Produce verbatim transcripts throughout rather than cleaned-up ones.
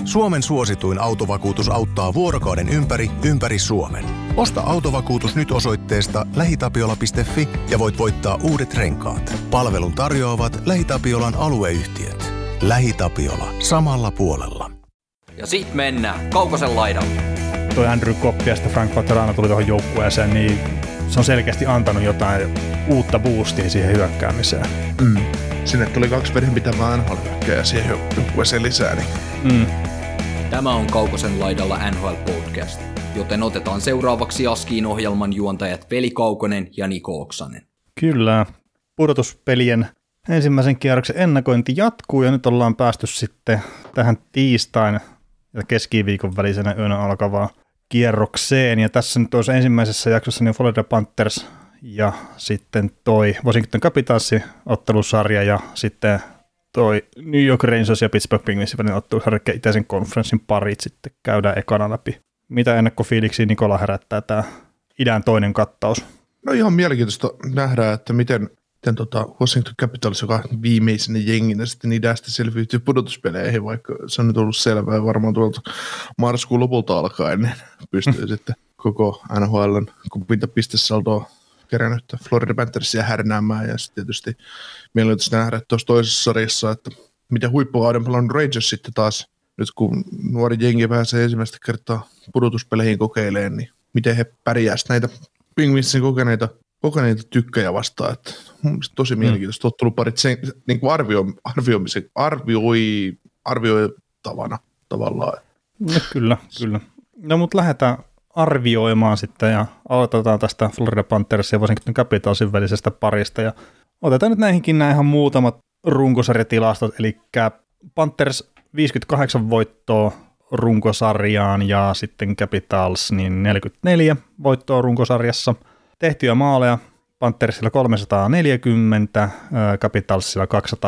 Suomen suosituin autovakuutus auttaa vuorokauden ympäri, ympäri Suomen. Osta autovakuutus nyt osoitteesta lähitapiola piste fi ja voit voittaa uudet renkaat. Palvelun tarjoavat LähiTapiolan alueyhtiöt. LähiTapiola. Samalla puolella. Ja sit mennään Kaukosen laidalle. Toi Andrew Kopp ja sitten Frank Vaterano tuli tuohon joukkueeseen, niin se on selkeästi antanut jotain uutta boostia siihen hyökkäämiseen. Mm. Sinne tuli kaksi vedenpitävää N H L-hyökkääjää siihen joukkueeseen lisää. Niin. Mm. Tämä on Kaukosen laidalla N H L-podcast, joten otetaan seuraavaksi Askiin ohjelman juontajat Veli Kaukonen ja Niko Oksanen. Kyllä, pudotuspelien ensimmäisen kierroksen ennakointi jatkuu ja nyt ollaan päästy sitten tähän tiistain ja keskiviikon välisenä yönä alkavaan kierrokseen. Ja tässä nyt olisi ensimmäisessä jaksossa niin Florida Panthers ja sitten toi Washington Capitalsin ottelusarja ja sitten toi New York Rangers ja Pittsburgh Penguinsin välinen ottelusarja itäisen konferenssin parit sitten käydään ekana läpi. Mitä ennakkofiiliksiä Nikola herättää tämä idän toinen kattaus? No ihan mielenkiintoista nähdä, että miten, miten tota Washington Capitals, joka viimeisenä jenginä sitten idästä selviytyy pudotuspeleihin, vaikka se on nyt ollut selvää varmaan tuolta marraskuun lopulta alkaen, niin pystyy sitten koko N H L:n pintapistesaldoa kerännyt Florida Panthersia härnäämään ja sitten tietysti mielenkiintoista nähdä tuossa toisessa sarjassa, että miten huippukauden pelannut Rangers sitten taas, nyt kun nuori jengi pääsee ensimmäistä kertaa pudotuspeleihin kokeilemaan, niin miten he pärjääsivät näitä Penguinsin kokeneita, kokeneita tykkäjä vastaan, että mun mielestä tosi mielenkiintoista otteluparit sen niin kuin arvio, arvioimisen, arvioi, arvioitavana tavallaan. No, kyllä, kyllä. No mutta lähdetään arvioimaan sitten ja aloitetaan tästä Florida Panthers ja Washington Capitalsin välisestä parista ja otetaan nyt näihinkin nämä ihan muutamat runkosarjatilastot, eli Panthers viisikymmentäkahdeksan voittoa runkosarjaan ja sitten Capitals niin neljäkymmentäneljä voittoa runkosarjassa. Tehtyjä maaleja Panthersilla kolmesataaneljäkymmentä, Capitalsilla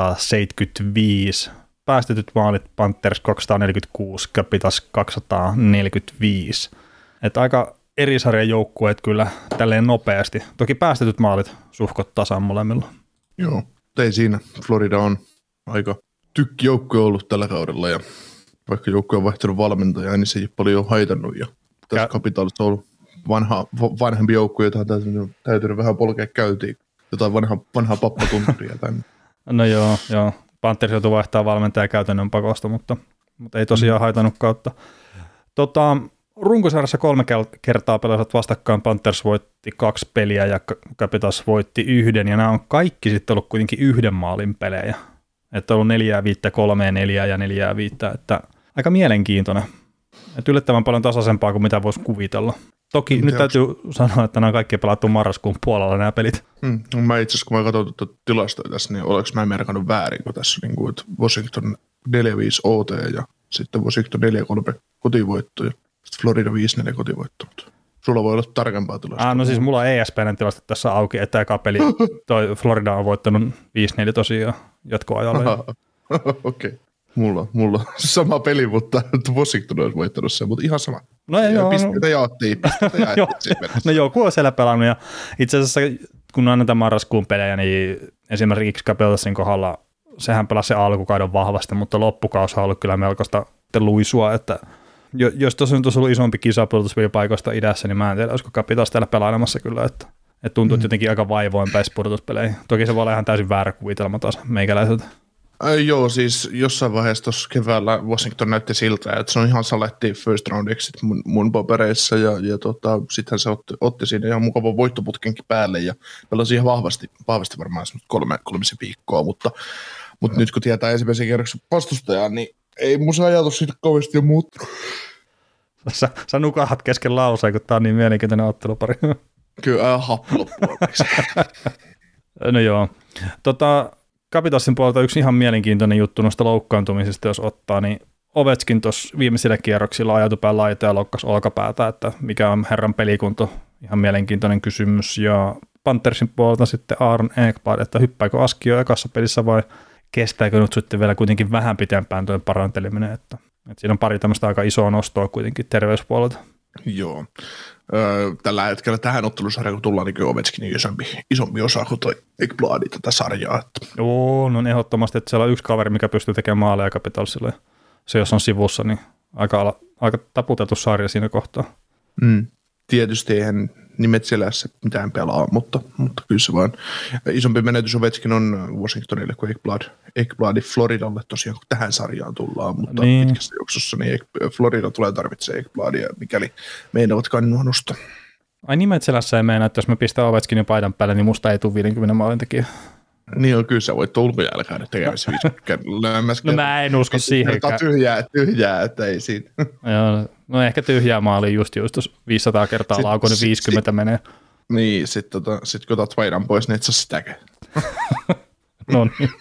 kaksisataaseitsemänkymmentäviisi. Päästetyt maalit Panthers kaksisataaneljäkymmentäkuusi, Capitals kaksisataaneljäkymmentäviisi. Että aika eri sarjan joukkueet kyllä tälleen nopeasti. Toki päästetyt maalit suhkot tasan molemmilla. Joo, ei siinä. Florida on aika tykkijoukkue ollut tällä kaudella ja vaikka joukkue on vaihtanut valmentajaa, niin se ei paljon haitannut. Ja tässä Kä- Capitals on ollut vanha, vanhempi joukkue, jota on täytynyt, täytynyt vähän polkea käyntiin. Jotain vanhaa, vanhaa pappatunturia tänne. No joo, joo. Panthers joutui vaihtaa valmentajaa käytännön pakosta, mutta, mutta ei tosiaan haitannut kautta. Tota, runkosarjassa kolme kertaa pelasivat vastakkain. Panthers voitti kaksi peliä ja Capitals voitti yhden, ja nämä on kaikki sitten ollut kuitenkin yhden maalin pelejä. Että on ollut neljää viittä, kolmea neljää ja neljää viittä, että aika mielenkiintoinen. Että yllättävän paljon tasaisempaa kuin mitä voisi kuvitella. Toki nyt täytyy sanoa, että nämä on kaikki pelattu marraskuun puolella nämä pelit. Hmm. No mä itse asiassa, kun mä katson tuota tilastoja tässä, niin olenko mä merkannut väärin, kun tässä niin kuin, että Washington neljä viisi O T ja sitten Washington neljä kolme kotivoitto ja sitten Florida viisi neljä kotivoitto. Sulla voi olla tarkempaa tilastoa. Ah, no siis mulla on E S P:n tilasto tässä auki, että eka peli toi Florida on voittanut viisi neljä tosiaan jatkoajalla. Okei. Okay. Mulla, mulla on sama peli, mutta Washington olisi voittanut sen, mutta ihan sama. No ei joo. Pisteitä jaattiin, pisteitä jaattiin. No joku on siellä pelannut ja itse asiassa kun annetaan marraskuun pelejä, niin esimerkiksi Capitalsin kohdalla sehän pelasi se alkukauden vahvasti, mutta loppukausi on ollut kyllä melkoista luisua, että jos tuossa on ollut isompi kisa pudotuspelipaikoista idässä, niin mä en tiedä, olisiko Capitals täällä pelailemassa kyllä, että, että tuntuu mm. jotenkin aika vaivoin pääsi pudotuspeleihin. Toki se voi olla ihan täysin väärä kuvitelma taas meikäläiseltä. Äh, joo, siis jossain vaiheessa tuossa keväällä Washington näytti siltä, että se on ihan saletti first round exit mun, mun papereissa, ja, ja tota, sittenhän se otti, otti siinä ihan mukavan voittoputkenkin päälle, ja pelasi ihan vahvasti, vahvasti varmaan kolme, kolmisen viikkoa, mutta, mutta nyt kun tietää ensimmäisen kierroksen vastustajaa, niin ei mun se ajatus siitä kauheasti muuttunut. Sä, sä nukahat kesken lauseen, kun tää on niin mielenkiintoinen ottelupari. Kyllä, äh, happi loppuun. No joo. Tota, Capitalsin puolelta yksi ihan mielenkiintoinen juttu noista loukkaantumisista, jos ottaa, niin Ovechkin tuossa viimeisillä kierroksilla ajautui pään laita ja loukkasi olkapäätä, että mikä on herran pelikunto, ihan mielenkiintoinen kysymys. Ja Panthersin puolelta sitten Aaron Ekblad, että hyppääkö Askio ekassa pelissä vai kestääkö nyt sitten vielä kuitenkin vähän pitempään tuo paranteleminen, että, että siinä on pari tämmöistä aika isoa nostoa kuitenkin terveyspuolelta. Joo. Öö, tällä hetkellä tähän ottelusarjaan, kun tullaan, niin Ovechkin isompi, isompi osa kuin toi Ekblad tätä sarjaa. Että. Joo, no ehdottomasti, että siellä on yksi kaveri, mikä pystyy tekemään maaleja Capitalsille. Se jos on sivussa, niin aika, aika taputeltu sarja siinä kohtaa. Mm. Tietysti eihän nimet selässä mitään pelaa, mutta, mutta kyllä se vaan isompi menetys Ovechkin on Washingtonille kuin Ekblad, Ekbladin Floridalle tosiaan, kun tähän sarjaan tullaan, mutta niin. Pitkässä juoksussa niin Florida tulee tarvitsemaan Ekbladia, mikäli meinavat kannua nostaa. Ai nimet selässä ei meinaa, että jos mä pistän Ovechkinin paidan päälle, niin musta ei tule viidenkymmenen maalin tekijä. Niin on, kyllä sä voit ulkojäällä käydä tekemässä viisi. No mä en usko siihenkään. Tyhjää, tyhjää, että ei siinä. Joo, no ehkä tyhjää maali just just, jos viisisataa kertaa laukoon, niin viisikymmentä sit, menee. Niin, sitten tota, sit kun otat paidan pois, niin et saa sitäkään. No niin.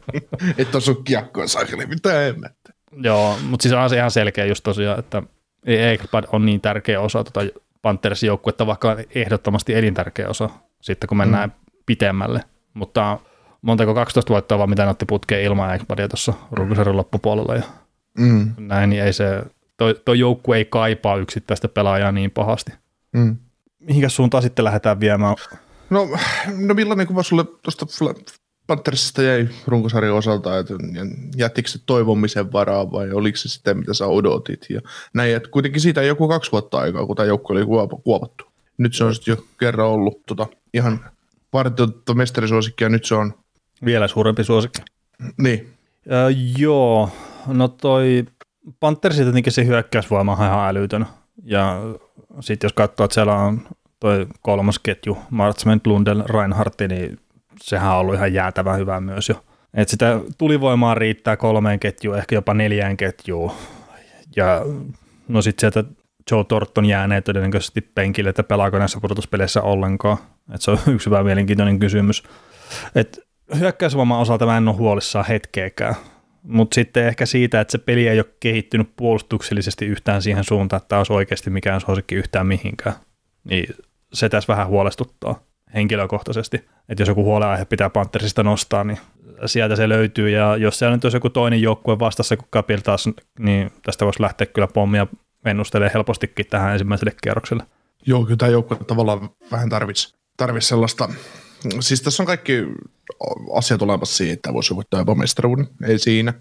Et osu kiekkoa saakeli, mitä emmettä. Joo, mutta siis on se ihan selkeä just tosiaan, että Ekblad on niin tärkeä osa tota Panthersin joukkuetta, vaikka ehdottomasti elintärkeä osa sitten, kun mennään mm. pitemmälle. Mutta montako kaksitoista voittoa vaan mitä ne otti putkeen ilman Ekbladia tuossa runkosarjan loppupuolella ja mm. näin, niin ei se, toi, toi joukkue ei kaipaa yksittäistä pelaajaa niin pahasti. Mm. Mihinkäs suuntaan sitten lähdetään viemään? No, no millainen kuva sulle tuosta Panthersista jäi runkosarjan osalta, että jättikö se toivomisen varaa vai oliko se sitä, mitä sä odotit? Ja näin, että kuitenkin siitä ei joku kaksi vuotta aikaa, kun tämä joukkue oli kuopattu. Nyt se on sitten jo kerran ollut tota, ihan vartioitettu mestarisuosikki ja nyt se on vielä suurempi suosikki. Niin. Äh, joo, no toi Panthersin tietenkin se hyökkäysvoima on ihan älytön. Ja sitten jos katsoo, että siellä on toi kolmas ketju, Marchment, Lundell, Reinhardt, niin sehän on ollut ihan jäätävän hyvä myös jo. Että sitä tulivoimaa riittää kolmeen ketjuun, ehkä jopa neljään ketjuun. Ja no sitten sieltä Joe Thornton jäänee todennäköisesti penkille, että pelaako näissä pudotuspeleissä ollenkaan. Että se on yksi hyvä mielenkiintoinen kysymys. Että hyökkäysvoiman osalta mä en ole huolissaan hetkeäkään. Mutta sitten ehkä siitä, että se peli ei ole kehittynyt puolustuksellisesti yhtään siihen suuntaan, että tämä olisi oikeasti mikään suosikki yhtään mihinkään. Niin se tässä vähän huolestuttaa henkilökohtaisesti. Että jos joku huolenaihe pitää Panthersista nostaa, niin sieltä se löytyy. Ja jos siellä nyt olisi joku toinen joukkue vastassa kuin Capil taas, niin tästä voisi lähteä kyllä pommia ennustelemaan helpostikin tähän ensimmäiselle kierrokselle. Joo, kyllä tämä joukkue tavallaan vähän tarvitsisi tarvitsi sellaista. Siis tässä on kaikki asiat olemassa siihen, että voisi voittaa jopa mestaruuden, ei siinä.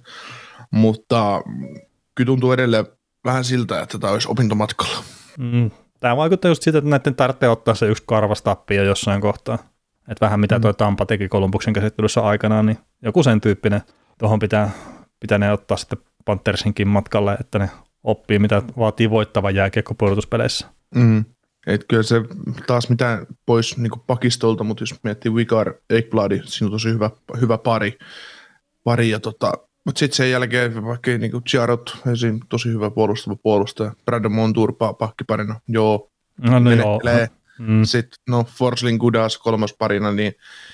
Mutta kyllä tuntuu edelleen vähän siltä, että tämä olisi opintomatkalla. Mm. Tämä vaikuttaa just siitä, että näiden tarvitsee ottaa se yksi karvastappia jossain kohtaa. Että vähän mitä tuo Tampa teki Columbuksen käsittelyssä aikanaan, niin joku sen tyyppinen. Tuohon pitää, pitää ne ottaa sitten Panthersinkin matkalle, että ne oppii, mitä vaatii voittavan jääkiekko pudotuspeleissä. Mm. Et kyllä se taas mitään pois niin pakistolta, mutta jos miettii Vicar, Ekblad, siinä on tosi hyvä, hyvä pari. pari ja tota, mutta sitten sen jälkeen vaikka niin Jarrot, tosi hyvä puolustava puolustaja. Brandon Montour pakkiparina, joo, no, no joo. Mm. Sitten no Forsling Gudas kolmas parina, niin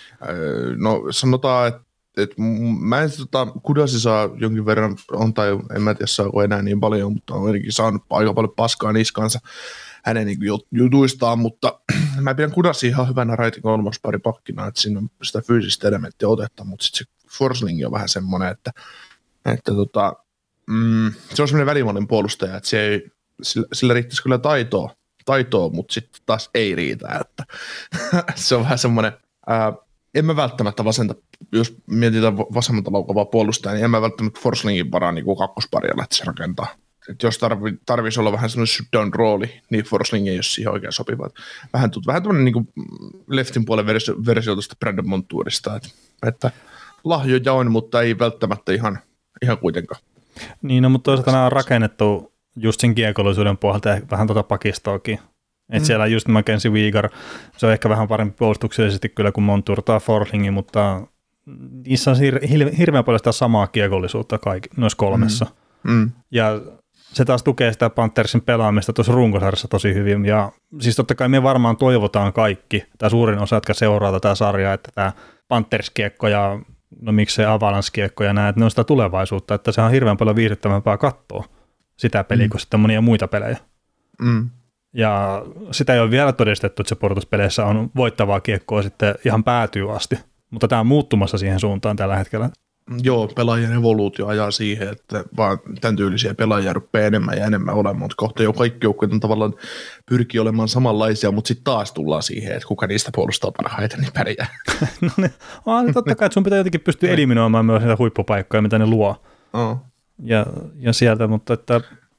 no sanotaan, että et, mä en tota, Gudasi saa jonkin verran, on tai en mä tiedä saako enää niin paljon, mutta on ainakin saanut aika paljon paskaa niskansa hänen niin jutuistaan, mutta mä pidän Gudasia ihan hyvänä raitin kolmas pari pakkina, että siinä on sitä fyysistä elementtiä otetta, mutta sitten se Forsling on vähän semmoinen, että, että tota, mm, se on semmoinen välimallin puolustaja, että se ei, sillä, sillä riittäisi kyllä taitoa, taitoa mutta sitten taas ei riitä, että se on vähän semmoinen, ää, en mä välttämättä vasenta, jos mietitään vasemmalta laukavaa puolustajaa, niin en mä välttämättä Forslingin varaa niin kuin kakkosparia lähtisi rakentaa. Et jos tarvi, tarvitsisi olla vähän semmoinen shutdown-rooli, niin Forsling ei ole siihen oikein sopiva. Vähän, vähän tämmöinen niin leftin puolen versio, versio tuosta Brandon Montourista, että, että lahjoja on, mutta ei välttämättä ihan, ihan kuitenkaan. Niin, no, mutta toisaalta nämä on rakennettu just sen kiekollisuuden pohjalta ja vähän tuota pakistoakin. Että mm. siellä just Mackenzie Weegar, se on ehkä vähän parempi puolustuksellisesti kyllä kuin Montour tai Forsling, mutta niissä on hir- hirveän paljon sitä samaa kiekollisuutta kaikki, noissa kolmessa. Mm. Mm. Ja se taas tukee sitä Panthersin pelaamista tuossa runkosarjassa tosi hyvin. Ja siis totta kai me varmaan toivotaan kaikki, tai suurin osa, jotka seuraa tätä sarjaa, että tämä Panthers-kiekko ja no miksei Avalanche-kiekko ja nämä, että ne on sitä tulevaisuutta, että se on hirveän paljon viihdyttävämpää katsoa sitä peliä mm. kuin sitten monia muita pelejä. Mm. Ja sitä ei ole vielä todistettu, että se pudotuspeleissä on voittavaa kiekkoa sitten ihan päätyy asti, mutta tämä on muuttumassa siihen suuntaan tällä hetkellä. Joo, pelaajien evoluutio ajaa siihen, että vaan tämän tyylisiä pelaajia rupeaa enemmän ja enemmän olemaan, mutta kohta jo kaikki joukkueet on tavallaan pyrkii olemaan samanlaisia, mutta sitten taas tullaan siihen, että kuka niistä puolustaa parhaiten, niin pärjää. No niin, on totta kai, että sun pitää jotenkin pystyä eliminoimaan myös niitä huippupaikkoja, mitä ne luo. Oh. Ja, ja sieltä, mutta että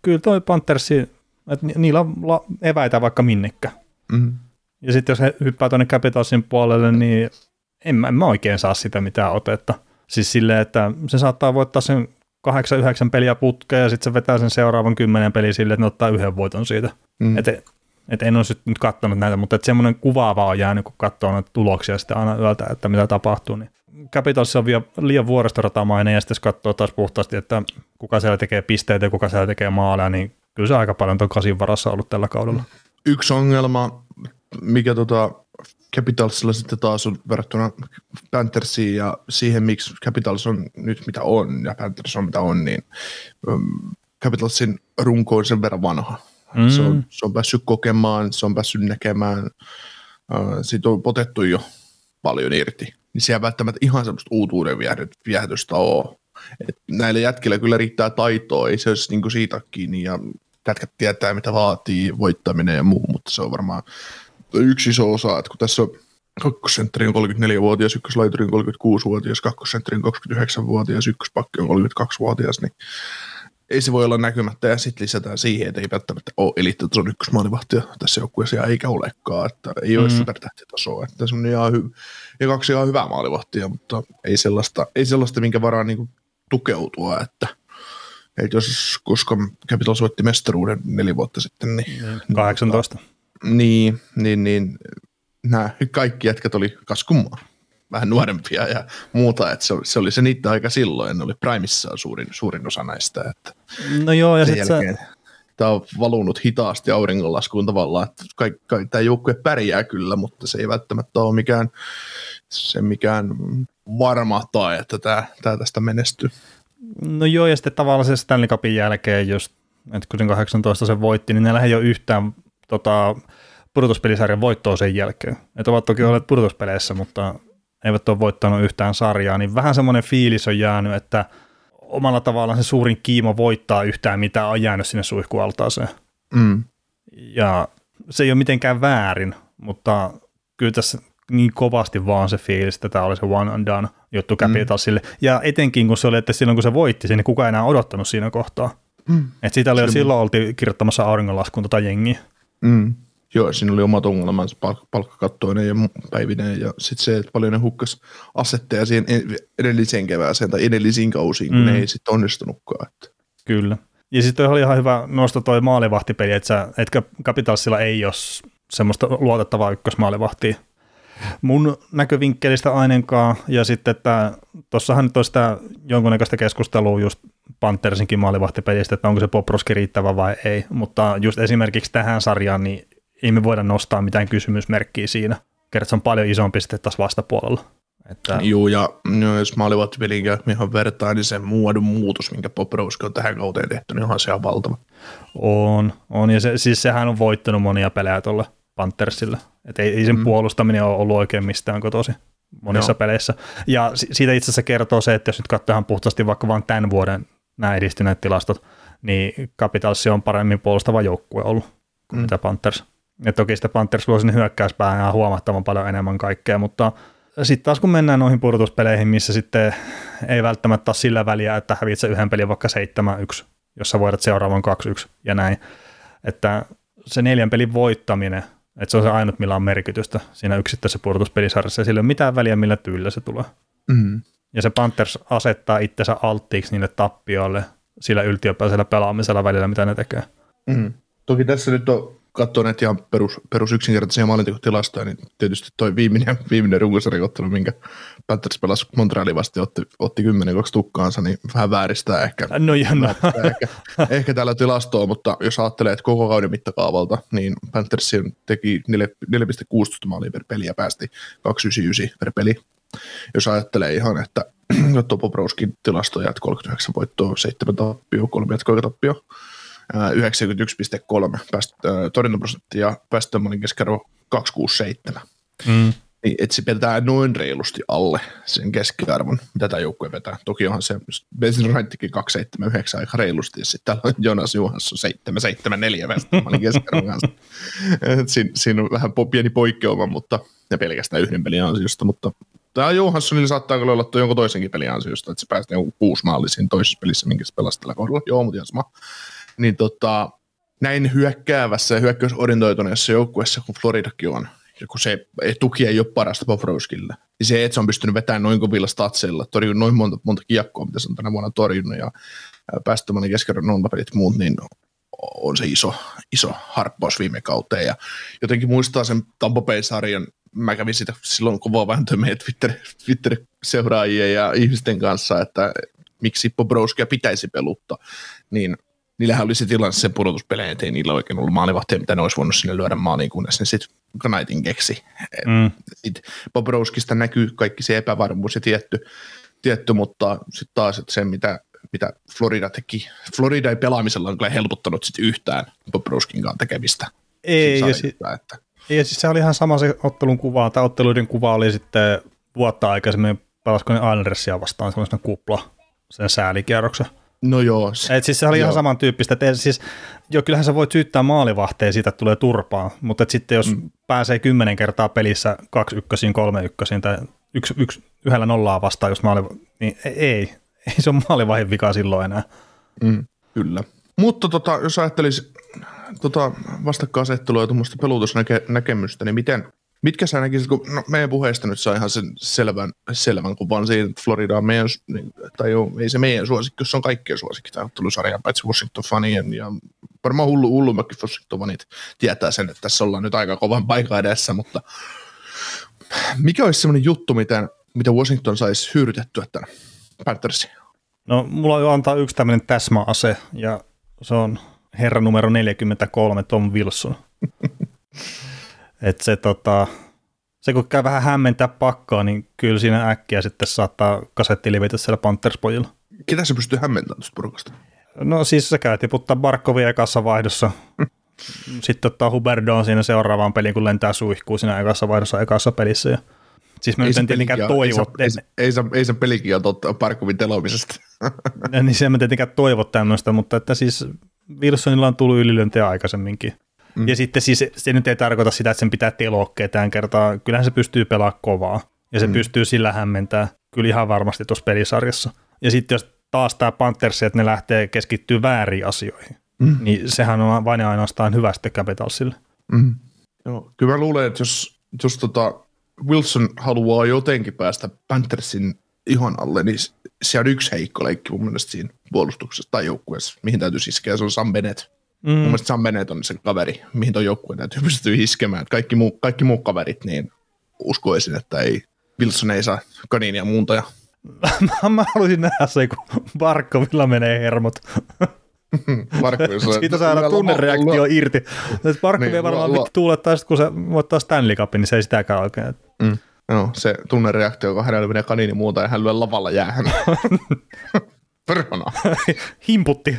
kyllä toi Panthersi, että niillä on eväitä vaikka minnekä. Mm. Ja sitten jos he hyppää tuonne Capitalsin puolelle, niin en mä, en mä oikein saa sitä mitään otetta. Siis silleen, että se saattaa voittaa sen kahdeksan yhdeksän peliä putkeen ja sitten se vetää sen seuraavan kymmenen peliä silleen, että ne ottaa yhden voiton siitä. Mm. Että et en ole nyt katsonut näitä, mutta että semmoinen kuvaava on jäänyt, kun katsoo näitä tuloksia sitten aina yöltä, että mitä tapahtuu. Niin Capitals on vielä liian vuoristoratamainen ja sitten jos katsoo taas puhtaasti, että kuka siellä tekee pisteitä ja kuka siellä tekee maaleja, niin kyllä se aika paljon tuon kasin varassa ollut tällä kaudella. Yksi ongelma, mikä tota Capitalsilla sitten taas on verrattuna Panthersiin ja siihen, miksi Capitals on nyt mitä on ja Panthers on mitä on, niin Capitalsin runko on sen verran vanha. Mm. Se, on, se on päässyt kokemaan, se on päässyt näkemään, siitä on potettu jo paljon irti. Niin siellä välttämättä ihan semmoista uutuuden viehätystä ole. Et näille jätkillä kyllä riittää taitoa, ei se olisi niinku siitä kiinni ja jätkät tietää mitä vaatii voittaminen ja muu, mutta se on varmaan yksi iso osa, että kun tässä on kakkosentteri on kolmekymmentäneljävuotias, ykköslaituri on kolmekymmentäkuusivuotias, kakkosentteri on kaksikymmentäyhdeksänvuotias, ykköspakki on kolmekymmentäkaksivuotias, niin ei se voi olla näkymättä ja sitten lisätään siihen, että ei välttämättä ole eliittitason ykkösmaalivahtia tässä joukkueessa eikä olekaan, että ei ole mm. supertähtitasoa, että se on ihan hy- ja kaksi ihan hyvää maalivahtia, mutta ei sellaista, ei sellaista minkä varaan niin tukeutua, että että jos, koska Capitals voitti mestaruuden neljä vuotta sitten, niin kahdeksantoista. Niin, niin, niin nämä kaikki jätkät oli kaskumaa, vähän nuorempia ja muuta, että se oli se, oli se niitä aika silloin, ne oli primissaan suurin, suurin osa näistä. Että no joo, ja sitten sä... Tämä on valunut hitaasti auringonlaskuun tavallaan, että kaikki, kaikki, tämä joukkue pärjää kyllä, mutta se ei välttämättä ole mikään, se mikään varma tae, että tämä, tämä tästä menestyy. No joo, ja sitten tavallaan se Stanley Cupin jälkeen just, että kun sen kahdeksantoista se voitti, niin ne ei ole yhtään tota, pudotuspelisarjan voittoa sen jälkeen. Että ovat toki olleet pudotuspeleissä, mutta eivät ole voittanut yhtään sarjaa, niin vähän semmoinen fiilis on jäänyt, että omalla tavallaan se suurin kiimo voittaa yhtään, mitä on jäänyt sinne suihkualtaaseen. Mm. Ja se ei ole mitenkään väärin, mutta kyllä tässä niin kovasti vaan se fiilis, että tämä oli se one and done juttu Capitalsille. Mm. Ja etenkin kun se oli, että silloin kun se voitti, niin kukaan ei enää odottanut siinä kohtaa. Mm. Että siitä oli jo silloin oltiin kirjoittamassa auringonlaskuun tota jengiä. Mm. Joo, siinä oli omat ongelmansa, palk- palkkakattoinen ja päivinen ja sitten se, että paljon ne hukkas asetteja siihen edelliseen kevääseen tai edellisiin kausiin, kun mm. ne ei sitten onnistunutkaan. Että. Kyllä. Ja sitten oli ihan hyvä nosto toi maalivahtipeli, että, että Capitalsilla ei ole semmoista luotettavaa ykkösmaalivahtia mun näkövinkkelistä ainakaan, ja sitten, että tuossahan nyt on sitä jonkunnäköistä keskustelua just Panthersinkin maalivahtipelistä, että onko se Bobrovski riittävä vai ei, mutta just esimerkiksi tähän sarjaan, niin ei me voida nostaa mitään kysymysmerkkiä siinä. Kerran se on paljon isompi sitten taas vastapuolella. Että... Joo, ja no, jos maalivahtipeliin käy ihan vertaa, niin se muodon muutos, minkä Bobrovski on tähän kauteen tehty, niin onhan se ihan valtava. On, on ja se, siis sehän on voittanut monia pelejä tuolle Panthersille. Että ei, ei sen mm. puolustaminen ole ollut oikein mistään kotosi monissa Joo. peleissä. Ja siitä itse asiassa kertoo se, että jos nyt katsotaan puhtaasti vaikka vain tämän vuoden nämä edistyneet tilastot, niin Capitals on paremmin puolustava joukkue ollut kuin mm. mitä Panthers. Ja toki sitä Panthers luo sinne hyökkäyspäähän huomattavan paljon enemmän kaikkea, mutta sitten taas kun mennään noihin pudotuspeleihin, missä sitten ei välttämättä ole sillä väliä, että hävitse yhden pelin vaikka seitsemän yksi, jossa voidat seuraavan kaksi yksi ja näin, että se neljän pelin voittaminen, että se on se ainut, millä on merkitystä siinä yksittäisessä pudotuspelisarjassa, ja sillä ei ole mitään väliä, millä tyylillä se tulee. Mm. Ja se Panthers asettaa itsensä alttiiksi niille tappioille sillä yltiöpäisellä pelaamisella välillä, mitä ne tekee. Mm. Toki tässä nyt on katsoa näitä ihan perus, perus yksinkertaisia maalintekotilastoja, niin tietysti toi viimeinen, viimeinen runkosarjaottelu, minkä Panthers pelasi Montrealin vasta, otti, otti kymmenen kaksi tukkaansa, niin vähän vääristää ehkä, no, no. ehkä, ehkä tällä tilastoa, mutta jos ajattelee, että koko kauden mittakaavalta, niin Panthers teki neljä pilkku kuusitoista maalia per peli ja päästi kaksi pilkku yhdeksänkymmentäyhdeksän per peli. Jos ajattelee ihan, että tuo Bobrovskin tilastoja, että kolmekymmentäyhdeksän voittoa, seitsemän tappio, kolme jatkoa tappio, yhdeksänkymmentäyksi pilkku kolme torjuntaprosentti ja päästömaalin keskiarvo kaksi pilkku kuusikymmentäseitsemän. Mm. Niin, että se pitää noin reilusti alle sen keskiarvon, mitä tämä joukkue vetää. Toki onhan se Benson Wrightikin kaksi pilkku seitsemänkymmentäyhdeksän aika reilusti, ja sitten täällä on Jonas Johansson seitsemän pilkku seitsemänkymmentäneljä päästömaalin keskiarvon kanssa. Siin, siinä on vähän pieni poikkeuma, mutta ja pelkästään yhden pelin ansiosta, mutta tämä Johanssonilla saattaa kyllä olla tuo jonkun toisenkin pelin ansiosta, että se pääsi joku kuusi maallia siinä toisessa pelissä, minkä se pelasi tällä kohdalla. Joo, mutta ihan sama. niin tota, näin hyökkäävässä ja hyökkäysorientoituneessa joukkueessa, kun Floridakin on, ja kun se tuki ei ole parasta Bobrovskille, niin se, että se on pystynyt vetämään noin kovilla statseilla, torjunut noin monta, monta kiekkoa, mitä se on tänä vuonna torjunut, ja päästömäinen keskiverron nollapelit ja muut, niin on se iso, iso harppaus viime kauteen. Ja jotenkin muistaa sen Tampa Bay-sarjan, mä kävin sitä silloin kovaa vääntöä meidän Twitter, Twitter-seuraajien ja ihmisten kanssa, että miksi Bobrovskia pitäisi peluttaa, niin niillähän oli se tilanne sen pudotuspeleen, ettei niillä oikein ollut maalivahtia, mitä ne olisi voinut sinne lyödä maaliin, kunnes ne sitten Knightin keksi. Mm. Bobrovskista näkyy kaikki se epävarmuus ja tietty, tietty mutta sitten taas että se, mitä, mitä Florida teki. Florida ei pelaamisella on kyllä helpottanut sit yhtään Bobrovskinkaan tekemistä. Ei, ja, si- että. ja siis se oli ihan sama se ottelun kuva, tai otteluiden kuva oli sitten vuotta aikaisemmin, pelasko ne Andersia vastaan sellaisena kupla sen säälikierroksen. No joo. Et siis se oli joo. ihan samantyyppistä, että siis, jo, kyllähän sä voit syyttää maalivahteja siitä, että tulee turpaa, mutta et sitten jos mm. pääsee kymmenen kertaa pelissä kaksi ykkösiin, kolme ykkösiin tai yksi, yksi, yhdellä nollaa vastaan, jos maali, niin ei, ei se ole maalivahin vika silloin enää. Mm, kyllä. Mutta tota, jos ajattelisi tota, vastakkainasettelua ja tuommoista pelutusnäkemystä, niin miten, mitkä sä näkisit, kun no, meidän puheesta nyt saa ihan sen selvän, selvän kuvan siitä, että Florida on meidän, tai jo, ei se meidän suosikki, jos se on kaikkien suosikki tämä ottelusarja, paitsi Washington-fanien ja varmaan hullu, hullummäkin Washington-fanit tietää sen, että tässä ollaan nyt aika kovan paikan edessä, mutta mikä olisi semmoinen juttu, miten, miten Washington saisi hyödytettyä tämän Panthersin? No mulla on antaa yksi tämmöinen täsmäase ja se on herra numero neljäkymmentäkolme Tom Wilson. Että se, tota, se kun käy vähän hämmentää pakkaa, niin kyllä siinä äkkiä sitten saattaa kasetti levitä siellä Panthers-pojilla. Ketä se pystyy hämmentämään tuosta porukasta? No siis se käy tiputtaa Barkovia ekassa vaihdossa. Sitten ottaa Huberdoon siinä seuraavaan peliin, kun lentää suihkuun siinä ekassa vaihdossa ekassa pelissä. Ja siis mä ei nyt tietenkään toivo. Ei, ei, ei, ei se pelikin ole totta Barkovin telomisesta. Niin se en tietenkään toivo tämmöistä, mutta että siis Wilsonilla on tullut ylilyöntejä aikaisemminkin. Mm. Ja sitten siis se nyt ei tarkoita sitä, että sen pitää teloa ketään kertaa. Kyllähän se pystyy pelaamaan kovaa. Ja se mm. pystyy sillä hämmentää kyllä ihan varmasti tuossa pelisarjassa. Ja sitten jos taas tämä Panthers, että ne lähtee keskittyä väärin asioihin, mm. niin sehän on vain ja ainoastaan hyvä sitten Capitalsille. Mm. Joo, kyllä mä luulen, että jos, jos tota Wilson haluaa jotenkin päästä Panthersin ihon alle, niin se on yksi heikko leikki mun mielestä siinä puolustuksessa tai joukkueessa, mihin täytyy iskeä, se on Sam Bennett. Mm. Mun mielestä Sam Bennett on se kaveri, mihin tuon joukkueen täytyy pystyä iskemään. Kaikki muu, kaikki muut kaverit, niin uskoisin, että ei, Wilson ei saa kaniinia muuntoja. Mä haluaisin nähdä se, kun Barkovilla menee hermot. Siitä saadaan tunnereaktio irti. Barkovi niin, varmaan la- tuulettaa, kun se voittaa Stanley Cupin, niin se ei sitäkään oikein. Mm. No, se tunnereaktio, kun hänellä menee kaniini muuta ja hän lyö lavalla jäähän. Perhana. Himputti.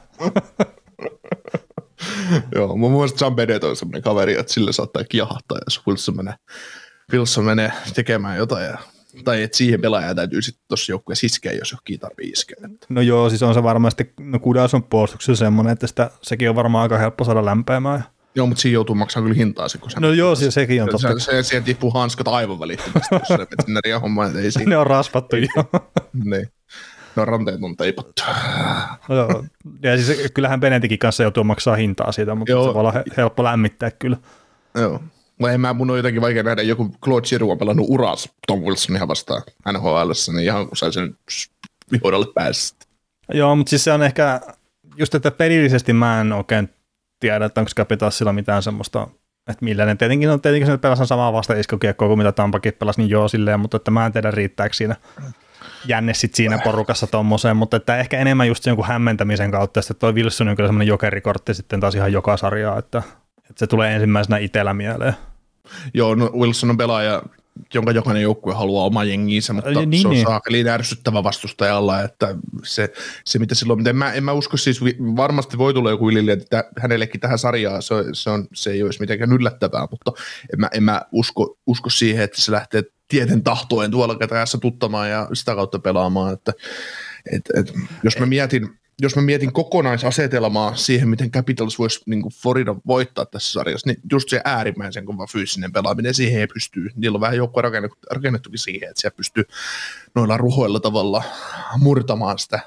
Joo, mun mielestä Sam Bennett on semmoinen kaveri, että sille saattaa kiahahtaa, jos Wilson menee, Wilson menee tekemään jotain. Ja, tai että siihen pelaajaan täytyy sitten tuossa joukkueessa iskeä, jos johonkin tarvii iskeä. No joo, siis on se varmasti, no Kudas on puolustuksessa semmoinen, että sitä, sekin on varmaan aika helppo saada lämpeämään. Joo, mutta siinä joutuu maksamaan kyllä hintaa. Se, kun no joo, siis sekin on totta. Se, se, siihen tippuu hanskat aivan välittömästi, jos se sinne riahommaan, ei siinä. Ne on rasvattu jo. Niin. No ranteet on teipattu. No joo, ja siis kyllähän Benetikin kanssa joutuu maksaa hintaa siitä, mutta joo. Se voi olla helppo lämmittää kyllä. Joo. Vai en mä, mun on jotenkin vaikea nähdä, joku Claude Giroux on pelannut uras Tom Wilson ihan vastaan N H L:ssä, niin ihan kun sai sen vihoidalle päästä. Joo, mutta siis se on ehkä, just että pelillisesti mä en oikein tiedä, että onko Capitalsilla mitään semmoista, että millä ne tietenkin on, tietenkin se pelasi samaa vasta-iskokiekkoa kuin mitä Tampakin pelasi, niin joo silleen, mutta että mä en tiedä riittääkö siinä jänne sit siinä porukassa tommoseen, mutta että ehkä enemmän just sen jonkun hämmentämisen kautta, että toi Wilson on kyllä semmoinen jokerikortti sitten taas ihan joka sarjaa, että, että se tulee ensimmäisenä itsellä mieleen. Joo, no Wilson on pelaaja, jonka jokainen joukkue haluaa oma jengiinsä, mutta niin, se on niin. Saakeliin ärsyttävä vastustajalla, että se, se mitä silloin, en mä, en mä usko siis, varmasti voi tulla joku ylille, että hänellekin tähän sarjaan se, se, on, se ei olisi mitenkään yllättävää, mutta en mä, en mä usko, usko siihen, että se lähtee tieten tahtoen tuolla kätäjässä tuttamaan ja sitä kautta pelaamaan, että et, et, jos mä mietin, jos mä mietin kokonaisasetelmaa siihen, miten Capitals voisi niin kuin Florida voittaa tässä sarjassa, niin just se äärimmäisen kova fyysinen pelaaminen, siihen ei pystyy. Niillä on vähän joukkoa rakennettu, rakennettukin siihen, että siellä pystyy noilla ruhoilla tavalla murtamaan sitä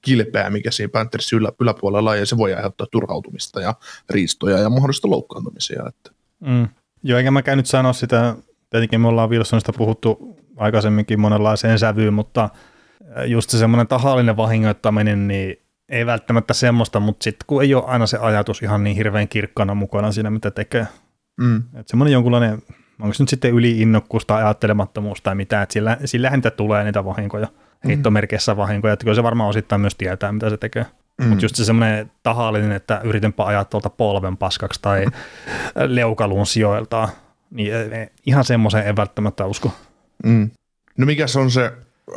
kilpeä, mikä siinä Panthersin ylä, yläpuolella on, ja se voi aiheuttaa turhautumista ja riistoja ja mahdollista loukkaantumisia. Että. Mm. Joo, eikä mäkään nyt sano sitä, tietenkin me ollaan Wilsonista puhuttu aikaisemminkin monenlaiseen sävyyn, mutta just se semmoinen tahallinen vahingoittaminen, niin ei välttämättä semmoista, mutta sitten kun ei ole aina se ajatus ihan niin hirveän kirkkana mukana siinä, mitä tekee. Mm. Että semmoinen jonkunlainen, onko se nyt sitten yli-innokkuus tai ajattelemattomuus tai mitä, että sillä, sillähän niitä tulee niitä vahinkoja, mm. heittomerkeissä vahinkoja, että kyllä se varmaan osittain myös tietää, mitä se tekee. Mm. Mutta just se semmoinen tahallinen, että yritänpä ajaa tuolta polven paskaksi tai leukaluun sijoiltaan, niin ihan semmoiseen ei välttämättä usko. Mm. No mikäs on se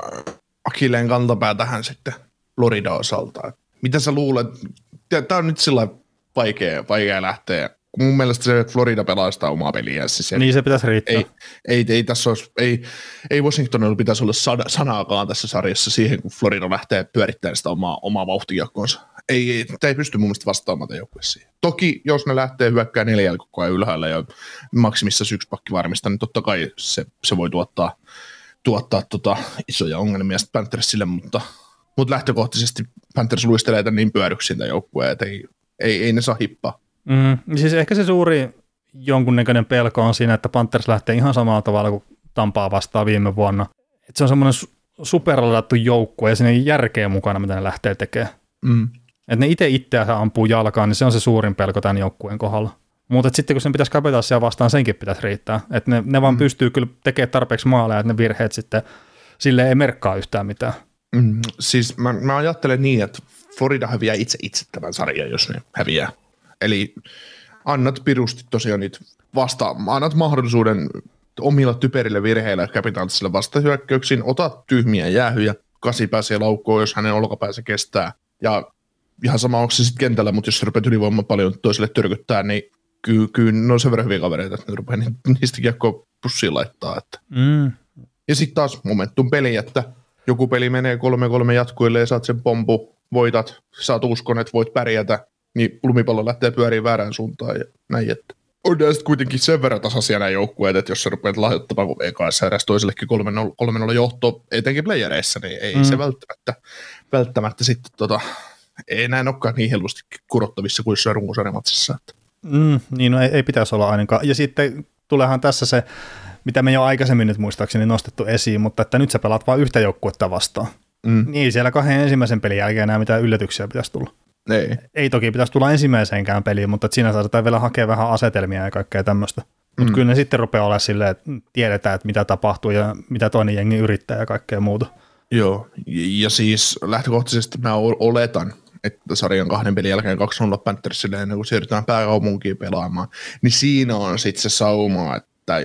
Akilleen kantapää tähän sitten Florida osalta? Mitä sä luulet? Tämä on nyt sillä vaikea, vaikea lähteä. Mun mielestä se, että Florida pelaa sitä omaa peliä. Siis niin se pitäisi riittää. Ei, ei, ei, tässä olisi, ei, ei Washingtonilla pitäisi olla sada, sanaakaan tässä sarjassa siihen, kun Florida lähtee pyörittämään sitä omaa, omaa vauhtijakkoonsa. Ei, ei, ei pysty mun mielestä vastaamaan tämän joukkueen siihen. Toki jos ne lähtee hyökkää neljällä koko ajan ylhäällä ja maksimissa yksi pakki varmistaa, niin totta kai se, se voi tuottaa, tuottaa tota isoja ongelmia sitten Panthersille, mutta, mutta lähtökohtaisesti Panthers luistelee tämän niin pyöryksiin tämän joukkueen, että ei, ei, ei ne saa hippaa. Mm, siis ehkä se suuri jonkunnäköinen pelko on siinä, että Panthers lähtee ihan samalla tavalla kuin Tampaa vastaan viime vuonna. Että se on semmoinen superladattu joukkue ja siinä ei järkeä mukana, mitä ne lähtee tekemään. Mm. Että ne itse itseänsä ampuu jalkaan, niin se on se suurin pelko tämän joukkueen kohdalla. Mutta sitten kun sen pitäisi Capitalsia vastaan, senkin pitäisi riittää. Että ne, ne vaan mm. pystyy kyllä tekemään tarpeeksi maaleja, että ne virheet sitten sille ei merkkaa yhtään mitään. Mm. Siis mä, mä ajattelen niin, että Florida häviää itse itse tämän sarjan, jos ne häviää. Eli annat pirusti tosiaan niitä vasta, annat mahdollisuuden omilla typerille virheillä Capitalsille vastahyökkäyksiin, ota tyhmiä jäähyjä, kasi pääsee laukkoon, jos hänen olkapäänsä kestää. Ja ihan sama onko se sitten kentällä, mutta jos sä rupeat ylivoimaan paljon toiselle törkyttää, niin kyllä, kyllä ne on sen verran hyviä kavereita, että ne rupeaa niistä kiekkoa pussiin laittaa. Että. Mm. Ja sitten taas momentum peli, että joku peli menee kolme kolme jatkuille ja saat sen pompu, voitat, saat uskon, että voit pärjätä, niin lumipallo lähtee pyöriin väärään suuntaan ja näin, että on nämä sitten kuitenkin sen verran tasaisia nämä joukkueet, että jos sä rupeat lahjoittamaan, kun ekaassa eräs toisellekin kolme nolla johto, etenkin playereissa, niin ei mm. se välttämättä, välttämättä sitten tota, ei enää olekaan niin helposti kurottavissa kuin jossain runkosarjamatsissa. Mm, niin no ei, ei pitäisi olla ainakaan. Ja sitten tuleehan tässä se, mitä me jo aikaisemmin nyt muistaakseni nostettu esiin, mutta että nyt sä pelaat vain yhtä joukkuetta vastaan. Mm. Niin siellä kahden ensimmäisen pelin jälkeen enää mitään yllätyksiä pitäisi tulla. Ei. Ei toki pitäisi tulla ensimmäiseenkään peliin, mutta siinä saadaan vielä hakea vähän asetelmia ja kaikkea tämmöistä. Mutta mm. kyllä ne sitten rupeaa olemaan silleen, että tiedetään, että mitä tapahtuu ja mitä toinen jengi yrittää ja kaikkea muuta. Joo, ja siis lähtökohtaisesti mä oletan, että sarjan kahden pelin jälkeen kaksi nolla Panthersille ennen kuin siirrytään pääkaupunkiin pelaamaan, niin siinä on sitten se sauma, että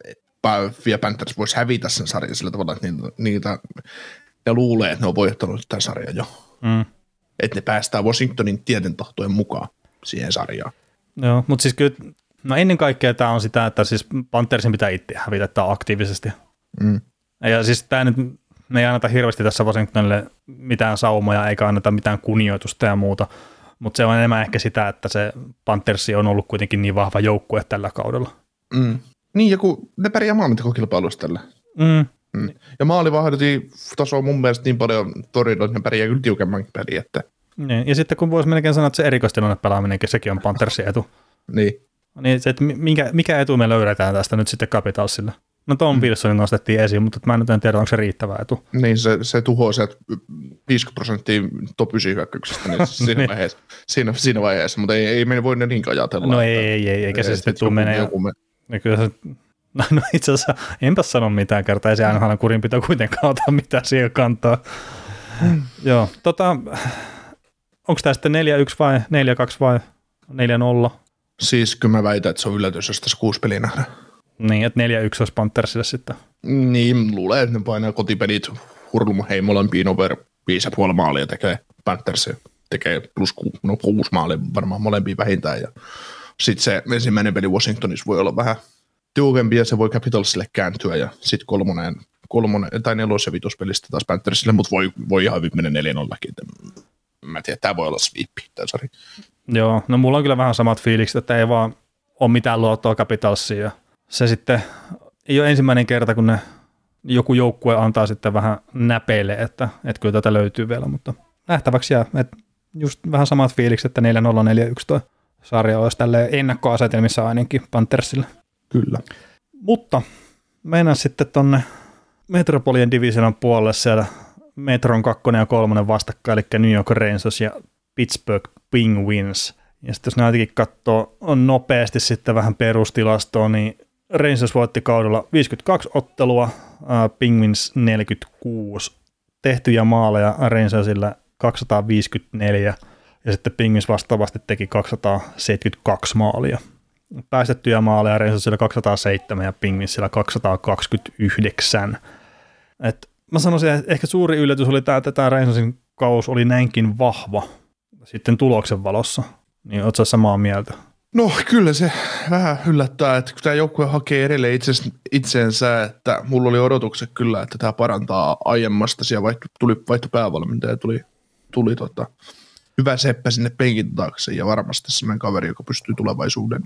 vielä Panthers voisi hävitä sen sarjan sillä tavalla, että niitä, niitä ne luulee, että ne on voittanut tämän sarjan jo. Mm. Että ne päästään Washingtonin tieten tahtojen mukaan siihen sarjaan. Joo, mutta siis kyllä, no ennen kaikkea tämä on sitä, että siis Panthersin pitää itse hävitä tämä aktiivisesti. Mm. Ja siis tämä nyt, me ei anneta hirveästi tässä Washingtonille mitään saumoja, eikä anneta mitään kunnioitusta ja muuta, mutta se on enemmän ehkä sitä, että se Panthersi on ollut kuitenkin niin vahva joukkue tällä kaudella. Mm. Niin, ja kun ne pärjää maalintekokilpailuissa tällä. Mm. Mm. Ja maalivahdoti taso on mun mielestä niin paljon torilla, että ne pärjää kyllä tiukemmankin peliä. Että. Niin, ja sitten kun voisi melkein sanoa, että se erikoistilanne pelaaminenkin, sekin on Panthersin etu. Niin. Niin se, että mikä, mikä etu me löydetään tästä nyt sitten Capitalsille? No Tom mm. Wilsonin nostettiin esiin, mutta mä nyt en tiedä, onko se riittävä etu. Niin, se, se tuhoaa sieltä viisikymmentä prosenttia top yhdeksän hyökkäyksestä niin siinä, niin. vaiheessa, siinä, siinä vaiheessa, mutta ei, ei me voi ne niinkään ajatella. No ei, ei, ei, eikä se sitten tule menee. Ja kyllä se, no, no itse asiassa enpä sano mitään kertaa, ei se aina kurinpito kuitenkaan ota mitään siihen kantaa. Mm. Joo, tota, onko tämä sitten neljä yksi vai neljä kaksi vai neljä nolla? Siis kyllä mä väitän, että se on yllätys, jos tässä kuusi peliä nähdään. Niin, että neljä yksi olisi Panthersille sitten. Niin, luulee, että ne painaa kotipelit hurlumhei molempiin over viisi ja puoli maalia tekee Panthers. Tekee plus ku, no, kuusi maalia varmaan molempiin vähintään. Ja sitten se ensimmäinen peli Washingtonissa voi olla vähän tiukempi ja se voi Capitalsille kääntyä ja sitten kolmonen, kolmonen tai nelos- ja vitospelistä taas Panthersille, mutta voi, voi ihan hyvin mennä neljä nollakin. Mä tiedän, tämä voi olla sweepi, tämä sari. Joo, no mulla on kyllä vähän samat fiilikset, että ei vaan ole mitään luottoa Capitalsiin ja se sitten ei ole ensimmäinen kerta, kun ne joku joukkue antaa sitten vähän näpeille, että, että kyllä tätä löytyy vielä, mutta nähtäväksi jää. Et just vähän samat fiilikset, että neljä nolla neljä yksi tuo sarja olisi tälleen ennakkoasetelmissa ainakin Panthersille. Kyllä. Mutta mennään sitten tonne Metropolian Divisionan puolelle siellä Metron kakkonen ja kolmonen vastakkain, eli New York Rangers ja Pittsburgh Penguins. Ja sitten jos näitäkin katsoo on nopeasti sitten vähän perustilastoa, niin Rangers voitti kaudella viisikymmentäkaksi ottelua, Penguins neljäkymmentäkuusi, tehtyjä maaleja Rangersilla kaksisataaviisikymmentäneljä, ja sitten Penguins vastaavasti teki kaksisataaseitsemänkymmentäkaksi maalia. Päästettyjä maaleja Rangersilla kaksisataaseitsemän ja Penguinsilla kaksisataakaksikymmentäyhdeksän. Et mä sanoisin, että ehkä suuri yllätys oli tämä, että tämä Rangersin kaus oli näinkin vahva sitten tuloksen valossa. Niin ootko sä samaa mieltä? No kyllä se vähän yllättää, että kun tämä joukkue hakee edelleen itse, itseensä, että mulla oli odotukset kyllä, että tämä parantaa aiemmasta. Siellä vaihto, tuli vaihto päävalmentaja, tuli, tuli tota, hyvä seppä sinne penkin taakse ja varmasti semmoinen kaveri, joka pystyy tulevaisuuden,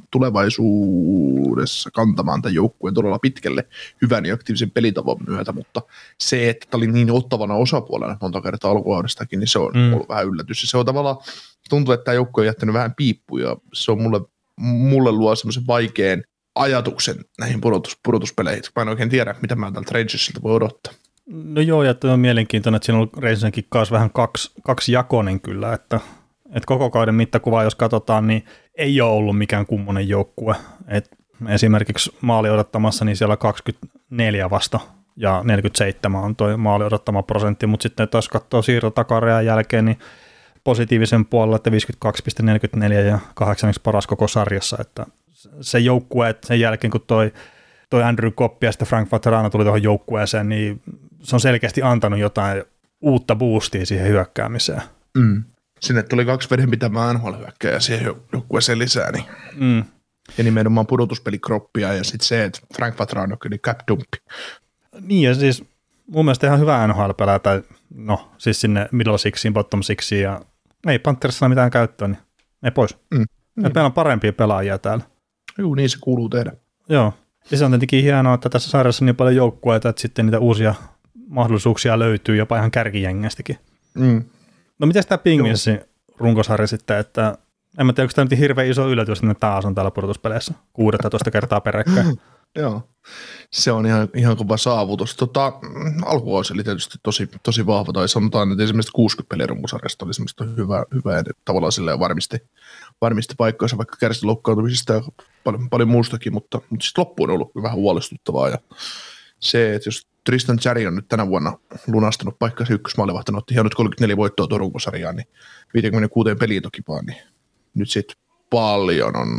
tulevaisuudessa kantamaan tämän joukkueen todella pitkälle hyvän ja aktiivisen pelitavan myötä, mutta se, että tämä oli niin ottavana osapuolena monta kertaa alkukaudestakin, niin se on mm. ollut vähän yllätys. Ja se on tavallaan, tuntuu, että tämä joukkue on jättänyt vähän piippuja, se on mulle, mulle luo semmoisen vaikean ajatuksen näihin pudotus, pudotuspeleihin. Mä en oikein tiedä, mitä mä tältä Rangersilta voi odottaa. No joo, ja tuo on mielenkiintoinen, että siinä on Rangersinkin kanssa vähän kaksi, kaksi jakonen kyllä, että, että koko kauden mittakuvaa, jos katsotaan, niin ei ole ollut mikään kummonen joukkue. Et esimerkiksi maali odottamassa, niin siellä kaksikymmentäneljä vasta ja neljäkymmentäseitsemän on tuo maali odottama prosentti, mutta sitten taas katsoo siirtotakarejan jälkeen, niin positiivisen puolella, että viisikymmentäkaksi pilkku neljäkymmentäneljä ja kahdeksanneksi paras koko sarjassa, että se joukkue, että sen jälkeen kun toi, toi Andrew Kopp ja sitten Frank Vatrano tuli tuohon joukkueeseen, niin se on selkeästi antanut jotain uutta boostia siihen hyökkäämiseen. Mm. Sinne tuli kaksi vedenpitämää N H L-hyökkääjää siihen joukkueeseen lisää, niin. Mm. Ja nimenomaan pudotuspelikroppia ja sitten se, että Frank Vatrano oli cap-dumppi. Niin ja siis mun mielestä ihan hyvä N H L-pelää, tai no siis sinne middle sixiin, bottom sixiin ja ei Panthersilla mitään käyttöä, niin ei pois. Mm. Niin. Meillä on parempia pelaajia täällä. Joo, niin se kuuluu tehdä. Joo. Ja se on tietenkin hienoa, että tässä sarjassa on niin paljon joukkueita, että sitten niitä uusia mahdollisuuksia löytyy jopa ihan kärkijengästäkin. Mm. No miten tämä Penguinsin runkosarja sitten, että en mä tiedä, onko tämä nyt hirveän iso yllätys, että ne taas on täällä pudotuspeleissä kuudettoista kertaa peräkkäin. Joo, se on ihan, ihan kova saavutus. Tota, alkuvuosi oli tietysti tosi, tosi vahva, tai sanotaan, että esimerkiksi kuusikymmentä peliä runkosarjasta oli semmoista hyvää, hyvää tavallaan silleen varmisti, varmisti paikkoissa, vaikka kärsi loukkaantumisista ja paljon, paljon muustakin, mutta, mutta sitten loppu on ollut vähän huolestuttavaa, ja se, että jos Tristan Jarry on nyt tänä vuonna lunastanut paikkansa ykkösmaalivahtina, otti hienot kolmekymmentäneljä voittoa tuon runkosarjaan, niin viisikymmentäkuusi peliä toki vaan, niin nyt sitten paljon on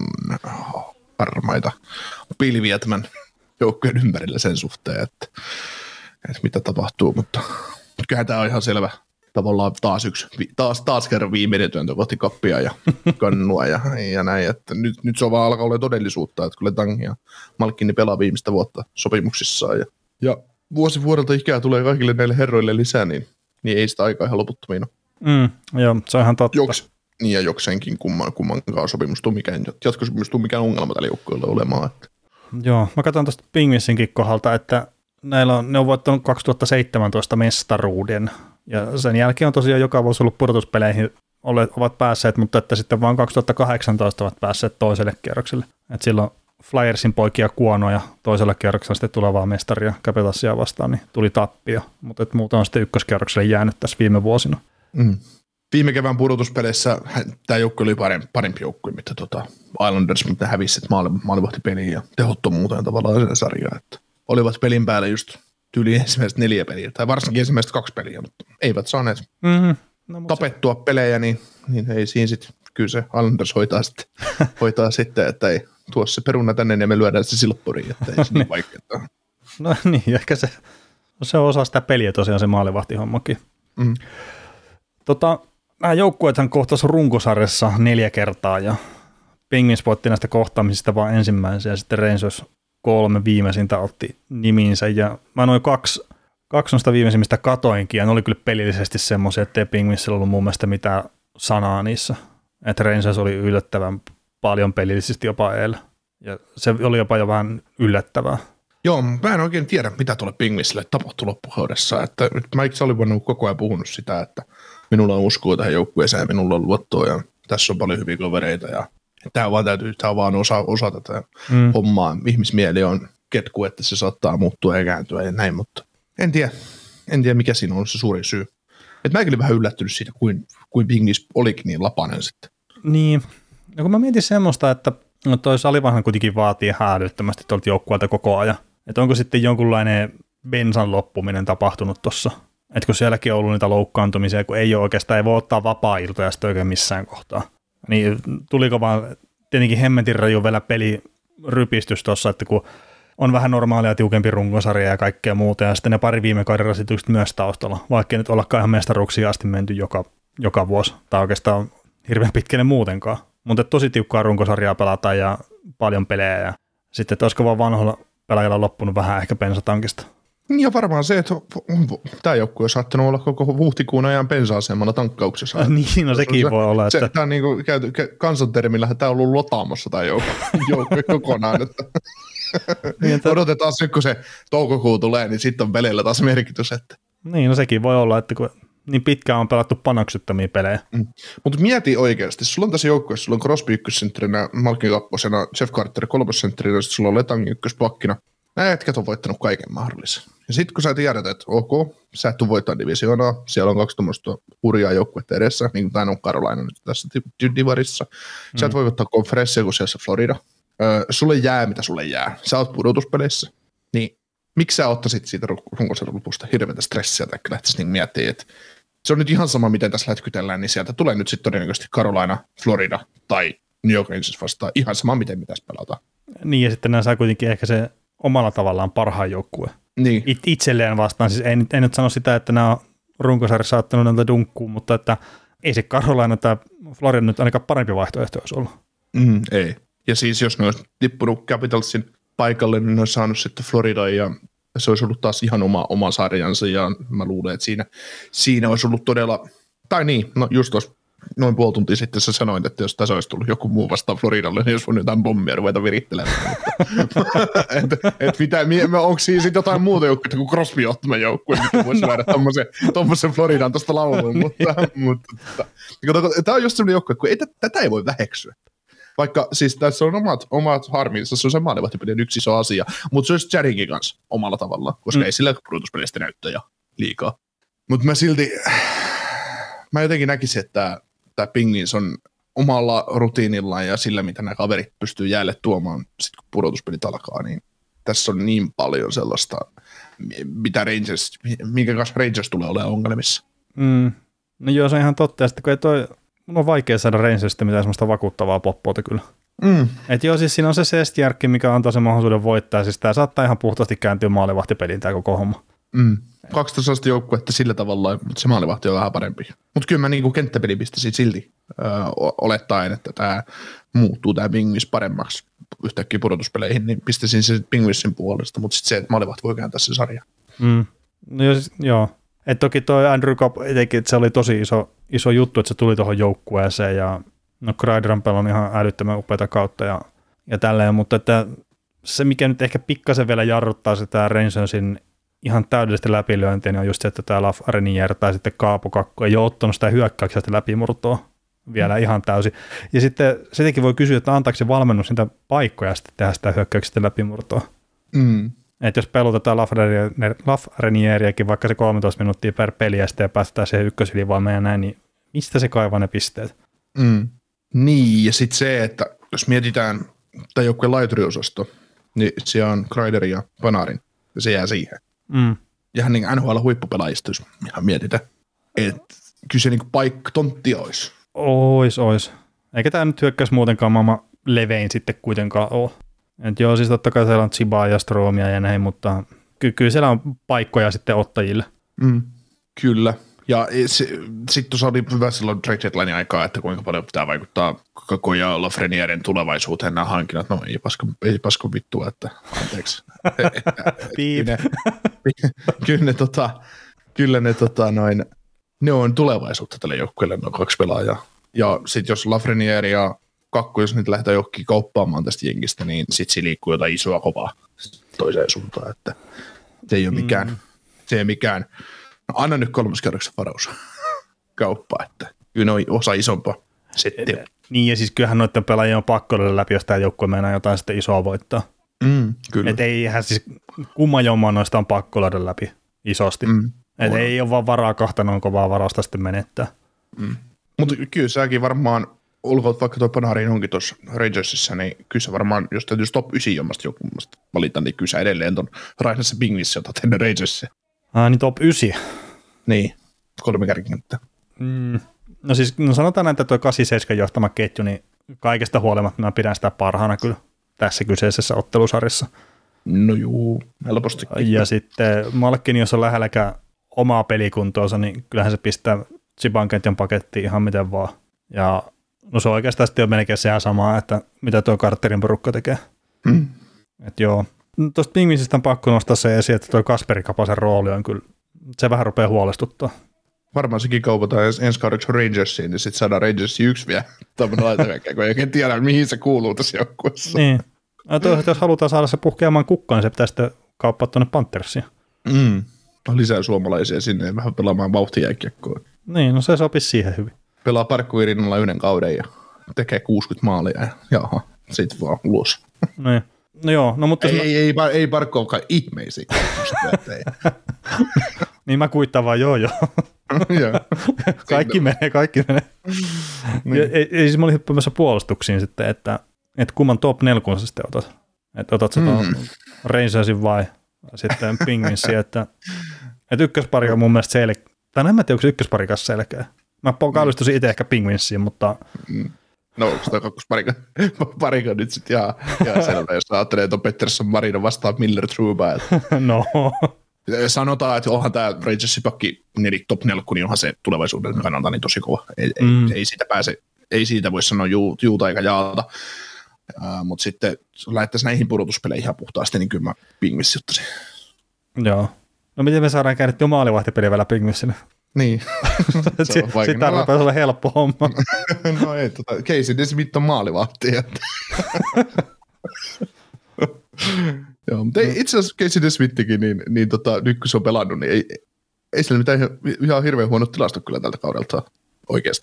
varmaita pilviä tämän joukkojen ympärillä sen suhteen, että, että mitä tapahtuu, mutta kyllähän tämä on ihan selvä. Tavallaan taas yksi, taas, taas kerran viimeinen työntö kohti kappia ja kannua ja, ja näin, että nyt, nyt se on vaan alkaa olla todellisuutta, että kyllä Tang ja Malkkini pelaa viimeistä vuotta sopimuksissaan ja, ja vuosi vuodelta ikää tulee kaikille näille herroille lisää, niin, niin ei sitä aikaa ihan loputtomiin ole. Mm, joo, se on ihan totta. Joks, niin ja jokseenkin kumman, kummankaan sopimus tuu mikään, jatkosopimus tuu mikään ongelma tällä joukkueella olemaan. Että. Joo, mä katson tuosta Penguinsinkin kohdalta, että näillä on, ne on voittanut kaksituhattaseitsemäntoista mestaruuden, ja sen jälkeen on tosiaan joka vuosi ollut pudotuspeleihin, ovat päässeet, mutta että sitten vaan kaksituhattakahdeksantoista ovat päässeet toiselle kierrokselle. Et silloin Flyersin poikia kuonoja toisella kierroksella sitten tulevaa mestaria Capitalsia vastaan, niin tuli tappio, mutta et muuta on sitten ykköskierrokselle jäänyt tässä viime vuosina. Mm. Viime kevään pudotuspeleissä tämä joukko oli parempi, parempi joukko, mitä tota Islanders, mutta ne hävisi maali, maalivahtipeliin ja tehottomuuteen tavallaan sen sarjaa, että olivat pelin päällä just tyyli ensimmäistä neljä peliä, tai varsinkin ensimmäistä kaksi peliä, mutta eivät saaneet mm-hmm. no, tapettua se. pelejä, niin, niin ei siinä sitten, kyllä se Islanders hoitaa sitten, hoitaa sitten, että ei tuo se peruna tänne ja me lyödään se silppuriin, että ei se niin vaikeaa. No niin, ehkä se, se on osa sitä peliä tosiaan se maalivahtihommakin. Mm. Tota, nämä joukkueethan kohtasivat runkosarjassa neljä kertaa ja Penguins voitti näistä kohtaamisista vain ensimmäisen ja sitten Rangers kolme viimeisintä otti nimiinsä ja mä noin kaksi, kaksi noista viimeisimmistä katoinkin ja ne oli kyllä pelillisesti semmoisia, ettei Penguinsilla ollut mun mielestä mitään sanaa niissä. Että Rangers oli yllättävän paljon pelillisesti jopa eilen ja se oli jopa jo vähän yllättävää. Joo, mä en oikein tiedä, mitä tuolle Penguinsille tapahtui loppukaudessa. Että Mike Sullivan on koko ajan puhunut sitä, että minulla on uskoa tähän joukkueeseen, minulla on luottoa ja tässä on paljon hyviä kavereita ja tämä vaan täytyy, tämä on vaan osa, osa tätä mm. hommaa. Ihmismieli on ketku, että se saattaa muuttua ja kääntyä ja näin, mutta en tiedä, en tiedä mikä siinä on se suurin syy. Et mäkin olin vähän yllättynyt siitä, kuin, kuin Pingis olikin niin lapainen sitten. Niin, no kun mä mietin semmoista, että no toi salivahna kuitenkin vaatii häädyttömästi tuolta joukkueelta koko ajan. Että onko sitten jonkunlainen bensan loppuminen tapahtunut tuossa? Että kun sielläkin on ollut niitä loukkaantumisia, kun ei ole oikeastaan, ei voi ottaa vapaa-iltoja sitten oikein missään kohtaa. Niin tuliko vaan tietenkin hemmetin raju vielä pelirypistys tuossa, että kun on vähän normaalia tiukempi runkosarja ja kaikkea muuta, ja sitten ne pari viime kauden rasitukset myös taustalla, vaikka ei nyt ollakaan ihan mestaruuksia asti menty joka, joka vuosi, tai oikeastaan hirveän pitkälle muutenkaan. Mutta tosi tiukkaa runkosarjaa pelataan ja paljon pelejä, ja sitten, että olisiko vaan vanhoilla pelaajilla loppunut vähän ehkä bensatankista. Ja varmaan se, että tämä joukkue on saattanut olla koko huhtikuun ajan bensa-asemalla tankkauksessa. Niin, no sekin se, voi olla. Että... Se, tämä on niin kuin käyty, kansantermillähän tämä on ollut lotaamassa tämä joukkue kokonaan. Että niin, että... Odotetaan nyt, kun se toukokuu tulee, niin sitten on peleillä taas merkitys. Että... Niin, no sekin voi olla, että kun niin pitkään on pelattu panoksettomia pelejä. Mm. Mutta mieti oikeasti, sulla on tässä joukkueessa, sulla on Crosby ykkössentterinä, Malkin kakposena, Jeff Carter kolmosentterinä, ja sitten sulla on Letang ykköspakkina. Nämä jätkät on voittanut kaiken mahdollisen. Ja sitten kun sä tiedät, että ok, sä et tule voittaa divisioonaa, siellä on kaksi tuommoista hurjaa joukkuetta edessä, niin kuin tämä on Carolina nyt tässä divarissa. Sä et voi voittaa konferenssia, kun siellä on Florida. Öö, sulle jää, mitä sulle jää. Sä oot pudotuspeleissä. Niin miksi sä ottaisit siitä runkosarjan lopusta hirveätä stressiä, tai lähtisit niin miettimään, että se on nyt ihan sama, miten tässä lätkytellään, niin sieltä tulee nyt sitten todennäköisesti Carolina, Florida tai New York Rangers vastaan. Ihan sama, miten pitäisi pelata. Niin, ja sitten nämä saa kuitenkin ehkä se omalla tavallaan parhaan joukkueen. Niin. It, itselleen vastaan. Siis ei, ei nyt sano sitä, että nämä on runkosarjassa saattanut näiltä dunkkuun, mutta että ei se Carolina tai Florida nyt ainakaan parempi vaihtoehto olisi ollut. Mm, ei. Ja siis jos ne olisi tippunut Capitalsin paikalle, niin ne olisi saanut sitten Florida ja se olisi ollut taas ihan oma, oma sarjansa ja mä luulen, että siinä, siinä olisi ollut todella, tai niin, no just tuossa noin puoli tuntia sitten sä sanoit, että jos tässä olisi tullut joku muu vastaan Floridalle, niin olisi voinut jotain bommia ruveta virittelemään. et, et mitä, onko siinä sitten jotain muuta joukkuetta kuin Crosby ottama joukkue, mikä voisi lyödä tommosen Floridan tuosta lauluun. mutta, mutta, mutta tämä on just sellainen joukkue, kun ei, tätä ei voi väheksyä. Vaikka siis tässä on omat, omat harminsa, se on se maalivahtipelien yksi iso asia, mutta se olisi Jarinkin kanssa omalla tavalla, koska mm. ei sillä pudotuspeleistä näyttöjä liikaa. Mutta mä silti, mä jotenkin näkisin, että tämä Pingins on omalla rutiinillaan ja sillä, mitä nämä kaverit pystyy jäälle tuomaan, sit kun pudotuspelit alkaa, niin tässä on niin paljon sellaista, mitä Rangers, minkä kanssa Rangers tulee olemaan ongelmissa. Mm. No joo, se on ihan totta, ja sitten kun ei toi, mun on vaikea saada Rangersista mitään semmoista vakuuttavaa poppoota kyllä. Mm. Että joo, siis siinä on se sestijärkki, mikä antaa sen mahdollisuuden voittaa, siis tämä saattaa ihan puhtaasti kääntyä maalivahtipeliin tämä koko homma. Mm. kaksitoista joukkuetta sillä tavalla, mutta se maalivahti on vähän parempi. Mutta kyllä mä niinku kenttäpelipistä silti ö, olettaen, että tämä muuttuu tämä Pingvis paremmaksi yhtäkkiä pudotuspeleihin, niin pistäisin se Pingvisin puolesta, mutta sitten se, että maalivahti voi kääntää sen sarjan. Mm. No jo, joo. Et toki toi Andrew Copp etenkin, että se oli tosi iso, iso juttu, että se tuli tuohon joukkueeseen ja no Kreider on ihan älyttömän upeata kautta ja, ja tälleen, mutta että se mikä nyt ehkä pikkasen vielä jarruttaa sitä Rangersin ihan täydellisesti läpilyöntiä, niin on just se, että tämä Lafreniere tai sitten Kaapo Kakko ei ole ottanut sitä hyökkäyksestä läpimurtoa vielä mm. ihan täysin. Ja sitten sitäkin voi kysyä, että antaako se valmennus niitä paikkoja sitten tehdä sitä hyökkäyksestä läpimurtoa. Mm. Että jos pelutetaan Lafrenieriäkin vaikka se kolmetoista minuuttia per peliä ja päästetään siihen ykkösylivoimaan ja näin, niin mistä se kaivaa ne pisteet? Mm. Niin, ja sitten se, että jos mietitään tämä joukkueen laituriosasto, niin siellä on Kreider ja Panarin, ja se jää siihen. Mm. Ja hän niin N H L-huippupelaajista, jos ihan mietitään, että kyllä se niin paikka tonttia olisi. Ois, ois. Eikä tämä nyt hyökkäys muutenkaan maailman levein sitten kuitenkaan ole. Et joo, siis totta kai siellä on Chibaa ja Stromia ja näin, mutta ky- kyllä siellä on paikkoja sitten ottajille. Mm. Kyllä. Ja sitten tuossa oli hyvä silloin trade deadline aikaa, että kuinka paljon pitää vaikuttaa Kakko ja Lafrenieren tulevaisuuteen nämä hankinnat. No ei pasko, ei pasko vittua, että anteeksi. Piip. Kyllä ne, tota, kyllä ne, tota, noin, ne on tulevaisuutta tälle joukkueelle, ne on kaksi pelaajaa. Ja sitten jos Lafreniere ja Kakko, jos nyt lähdetään johonkin kauppaamaan tästä jengistä, niin sitten se liikkuu jotain isoa kovaa toiseen suuntaan, että se ei ole mikään, mm. se ei ole mikään. No, anna nyt kolmas kerroksen varaus. kauppaa, että kyllä ne on osa isompaa settiä. Niin, ja siis kyllähän noiden pelaajien on pakko olla läpi, jos tämä joukkue meinaa jotain sitten isoa voittaa. Mm, kyllä. Että eihän siis kumman jomman noista on pakko löydä läpi isosti. Mm, että ei ole vaan varaa kahta noin kovaa varausta sitten menettää. Mm. Mutta kyllä säkin varmaan, ulkoilta vaikka tuo Panarin onkin tuossa Rangersissa, niin kyllä sä varmaan, jos täytyisi top yhdeksän jommasta joku valita, niin kyllä sä edelleen tuon Raisnassa Pingissä otat ennen Rangersia. Ah, niin top yhdeksän. Niin, kolme kärkikenttä. Mm. No siis no sanotaan näin, että tuo kahdeksan seitsemän johtama ketju, niin kaikesta huolimatta mä pidän sitä parhaana kyllä tässä kyseisessä ottelusarjassa. No juu, helposti. Ja sitten Malkin, jos on lähelläkään omaa pelikuntoonsa, niin kyllähän se pistää Zibanketion pakettiin ihan miten vaan. Ja no se on oikeastaan sitten jo melkein sehän samaa, että mitä tuo Carterin porukka tekee. Hmm. Että joo. Tuosta Pingvinsistä on pakko nostaa se esiin, että tuo Kasperi Kapasen rooli on kyllä, se vähän rupeaa huolestuttaa. Varmaan sekin kaupataan ens, ensi kaudeksi Rangersiin, niin sitten saadaan Rangersiin yksi vielä tämmöinen laitaväkkä, kun ei oikein tiedä, mihin se kuuluu tässä joukkueessa. Niin. No toisaalta, jos halutaan saada se puhkeamaan kukkaan, niin se pitää sitten kauppaa tuonne Panthersiin. Mm. Lisää suomalaisia sinne ja vähän pelaamaan vauhtijääkiekkoa. Niin, no se sopisi siihen hyvin. Pelaa Parkkovirinalla yhden kauden ja tekee kuusikymmentä maalia ja jaha, sit vaan ulos. Niin. No joo, no mutta... Ei, mä... ei, ei, ei Parkko olekaan ihmeisiä. Niin mä kuittaan vaan joo joo. kaikki menee, kaikki menee. Niin. Ei, ei siis mä olin hyppäämässä puolustuksiin sitten, että, että kumman top nelkun sä sitten otat. Että otat sä tuon mm. Rangersin vai sitten Penguinsin, että, että ykköspari on mun mielestä selkeä. Tai en mä tiedä, onko se ykköspari kanssa selkeä. Mä kallistuisin itse ehkä Penguinsiin, mutta... Mm. No onko toi kakkosparika nyt sitten ihan, ihan selvä, jos ajattelee, että on Pettersson Marino vastaan Miller Trouba. No. Sanotaan, että onhan tämä Rangersin pakki neli, top nelkku, niin onhan se tulevaisuuden kannalta niin tosi kova. Ei, mm. ei, ei siitä pääse, ei siitä voi sanoa juu, juuta eikä jaata. Uh, mutta sitten lähettäisiin näihin pudotuspeleihin ihan puhtaasti, niin kyllä mä Pingvissä ottaisin. Joo. No miten me saadaan käännettyä maalivahtipeliä vielä Pingvissille? Niin. Sitä rupeaa olla helppo homma. No ei, tota, Casey DeSmith on maalivahti. Joo, mutta ei, itse asiassa Casey DeSmithikin, niin, niin tota, nyt kun se on pelannut, niin ei, ei sillä mitään ihan, ihan hirveän huono tilasto kyllä tältä kaudelta oikeasti.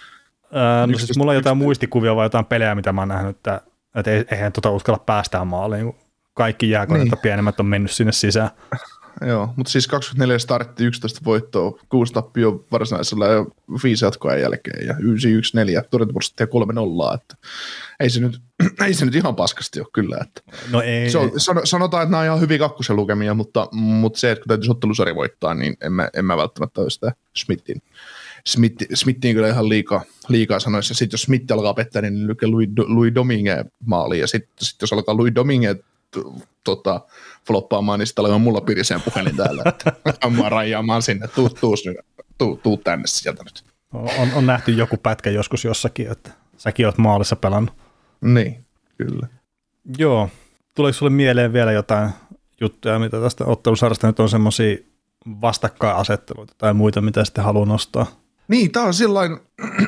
Ää, no siis mulla on jotain muistikuvia vai jotain pelejä, mitä mä oon nähnyt, että, että eihän tota uskalla päästään maaliin, kun kaikki jääkoneet niin. Pienemmät on mennyt sinne sisään. Joo, mutta siis kaksikymmentäneljä startti, yksitoista voittoa, kuusi tappio varsinaisella ja viisi jatkoajan jälkeen ja yhdeksänkymmentäneljä torjuntaprosenttia kolme nolla, että ei se nyt, ei se nyt ihan paskasti ole kyllä. Että no ei, se on, sanotaan, että nämä on ihan hyviä kakkosen lukemia, mutta, mutta se, että kun täytyisi ottelusarja voittaa, niin en mä, en mä välttämättä ole sitä Smithin. Smith, Smithiin kyllä ihan liikaa, liikaa sanoisi, ja sitten jos Smith alkaa pettää, niin lykee Louis, Louis Domingue maaliin, ja sitten sit jos alkaa Louis Domingue tota, floppaamaan, niin sitten aletaan mulla piriseen puhelin täällä, että mä rajaamaan sinne, tuu, tuu, tuu, tuu tänne sieltä nyt. On, on nähty joku pätkä joskus jossakin, että säkin oot maalissa pelannut. Niin, kyllä. Joo, tuleeko sulle mieleen vielä jotain juttuja, mitä tästä ottelusarjasta nyt on semmoisia vastakkainasetteluita tai muita, mitä sitten haluaa nostaa? Niin, tämä on sillain,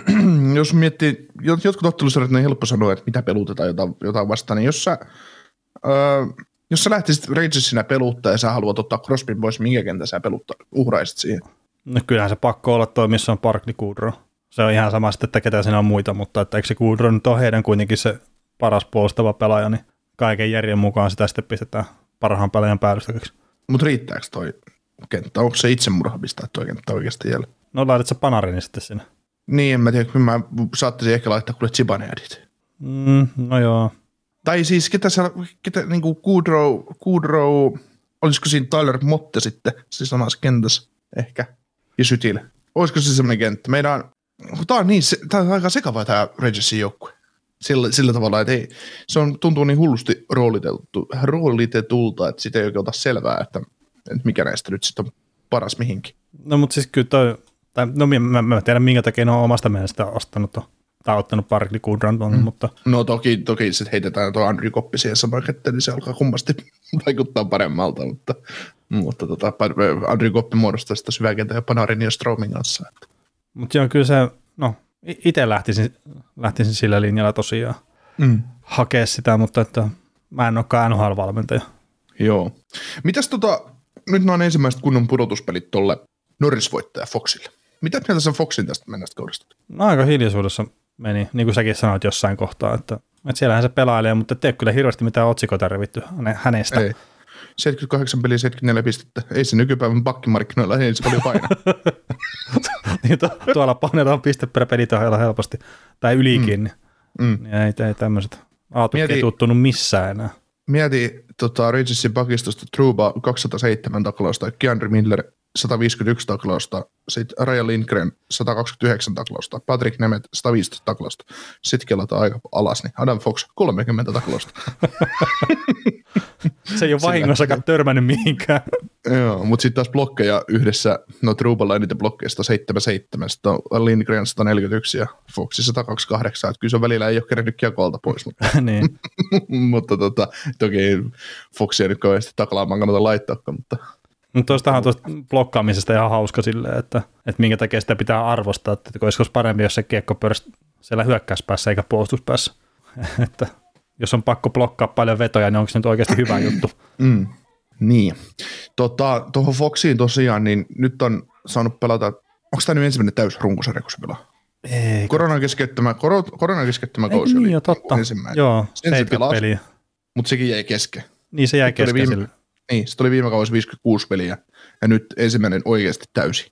jos miettii, jotkut ottelusarjat on helppo sanoa, että mitä pelutetaan jotain, jotain vastaan, niin jos sä, öö, jos sä lähtisit Rangersinä peluttaa ja sä haluat ottaa Crosbyn pois, minkä kentän sä peluttaa, uhraisit siihen? No kyllähän se pakko olla toi, missä on Barclay Goodrow. Se on ihan sama sitten, että ketä siinä on muita, mutta että eikö se Goodrow nyt ole heidän kuitenkin se paras puolustava pelaaja, niin kaiken järjen mukaan sitä sitten pistetään parhaan pelaajan päällystäköksi. Mutta riittääkö toi kenttä? Onko se itsemurha pistää toi kenttä oikeasti jäljellä? No laitat sä Panarini sitten sinne. Niin, en mä tiedä, kun mä saattaisin ehkä laittaa kuule Zibanejadit. Mm, no joo. Tai siis ketä sä, ketä niinku Goodrow, Goodrow, olisiko siinä Tyler Motte sitten, siis samassa kentässä ehkä, ja Sytil. Olisiko se semmoinen kenttä? Meidän, tää on niin, tää on aika sekava tää Rangersin joukkue. Sillä, sillä tavalla, että ei, se on, tuntuu niin hullusti roolitettu, roolitetulta, että sitä ei oikein ota selvää, että, että mikä näistä nyt sitten on paras mihinkin. No mutta siis kyllä toi, tai, no mä, mä tiedän minkä takia ne on omasta mielestä ostanut tai ottanut Barclay Goodrow, mm. mutta... No toki, toki sitten heitetään tuo Andrew Koppi siihen samaan kätteen, niin se alkaa kummasti vaikuttaa paremmalta, mutta, mutta tota, Andrew Koppi muodostaa sitä syväkentä ja Panarin ja Stromin kanssa. Että. Mutta joo, kyllä se, no itse lähtisin, lähtisin sillä linjalla tosiaan mm. hakea sitä, mutta että mä en olekaan N H L-valmentaja. Joo. Mitäs tota, nyt nämä on ensimmäiset kunnon pudotuspelit tolle Norris-voittaja Foxille. Mitä mieltä sä Foxin tästä mennästä kaudesta? No aika hiljaisuudessa meni, niin kuin säkin sanoit jossain kohtaa, että, että siellähän se pelailee, mutta ei ole kyllä hirveästi mitään otsikoita revitty hänestä. Ei. seitsemänkymmentäkahdeksan peliä, seitsemänkymmentäneljä pistettä. Ei se nykypäivän pakkimarkkinoilla, ei se paljon paina. niin tu- tuolla painetaan piste per pelitahdella helposti, tai ylikin, mm. Mm. niin ei, ei tämmöiset aatukkeet ei tuttunut missään enää. Mieti tota, Rangersin pakistosta Trouba kaksisataaseitsemän taklausta, Keandre Miller sata viisikymmentäyksi taklausta, sitten Ryan Lindgren sata kaksikymmentäyhdeksän taklausta, Patrick Nemeth sata viisitoista taklausta, sitten kelataan aika alas, niin Adam Fox kolmekymmentä taklausta. Se ei ole vahingossakaan törmännyt mihinkään. Joo, mutta sitten taas blokkeja yhdessä, no Trouballa eniten blokkeja sata seitsemänkymmentäseitsemän, sitten on Lindgren sata neljäkymmentäyksi ja Foxi sata kaksikymmentäkahdeksan, että kyllä se välillä ei ole kerennyt kiekolta pois, mutta, niin. mutta tota, toki Foxia nyt kauheasti taklaamaan kannata laittaa, mutta... Mutta tuostahan tuosta blokkaamisesta ihan hauska silleen, että, että minkä takia sitä pitää arvostaa, että olisiko parempi, jos se kiekko pörst siellä hyökkäyspäässä eikä puolustuspäässä. Että jos on pakko blokkaa paljon vetoja, niin onko se nyt oikeasti hyvä juttu? Mm, niin. Tota, tuohon Foxiin tosiaan, niin nyt on saanut pelata, onko tämä nyt ensimmäinen täys runkosarja, kun se pelaa? Ei. Koronan keskeyttämä, koro, koronan keskeyttämä kausi niin, oli jo, totta. ensimmäinen. Joo, sen se pelasi, peliä. mutta sekin jäi kesken. Niin se jäi kesken viime, sille. Niin, se oli viime kausi viisikymmentäkuusi peliä ja nyt ensimmäinen oikeasti täysi.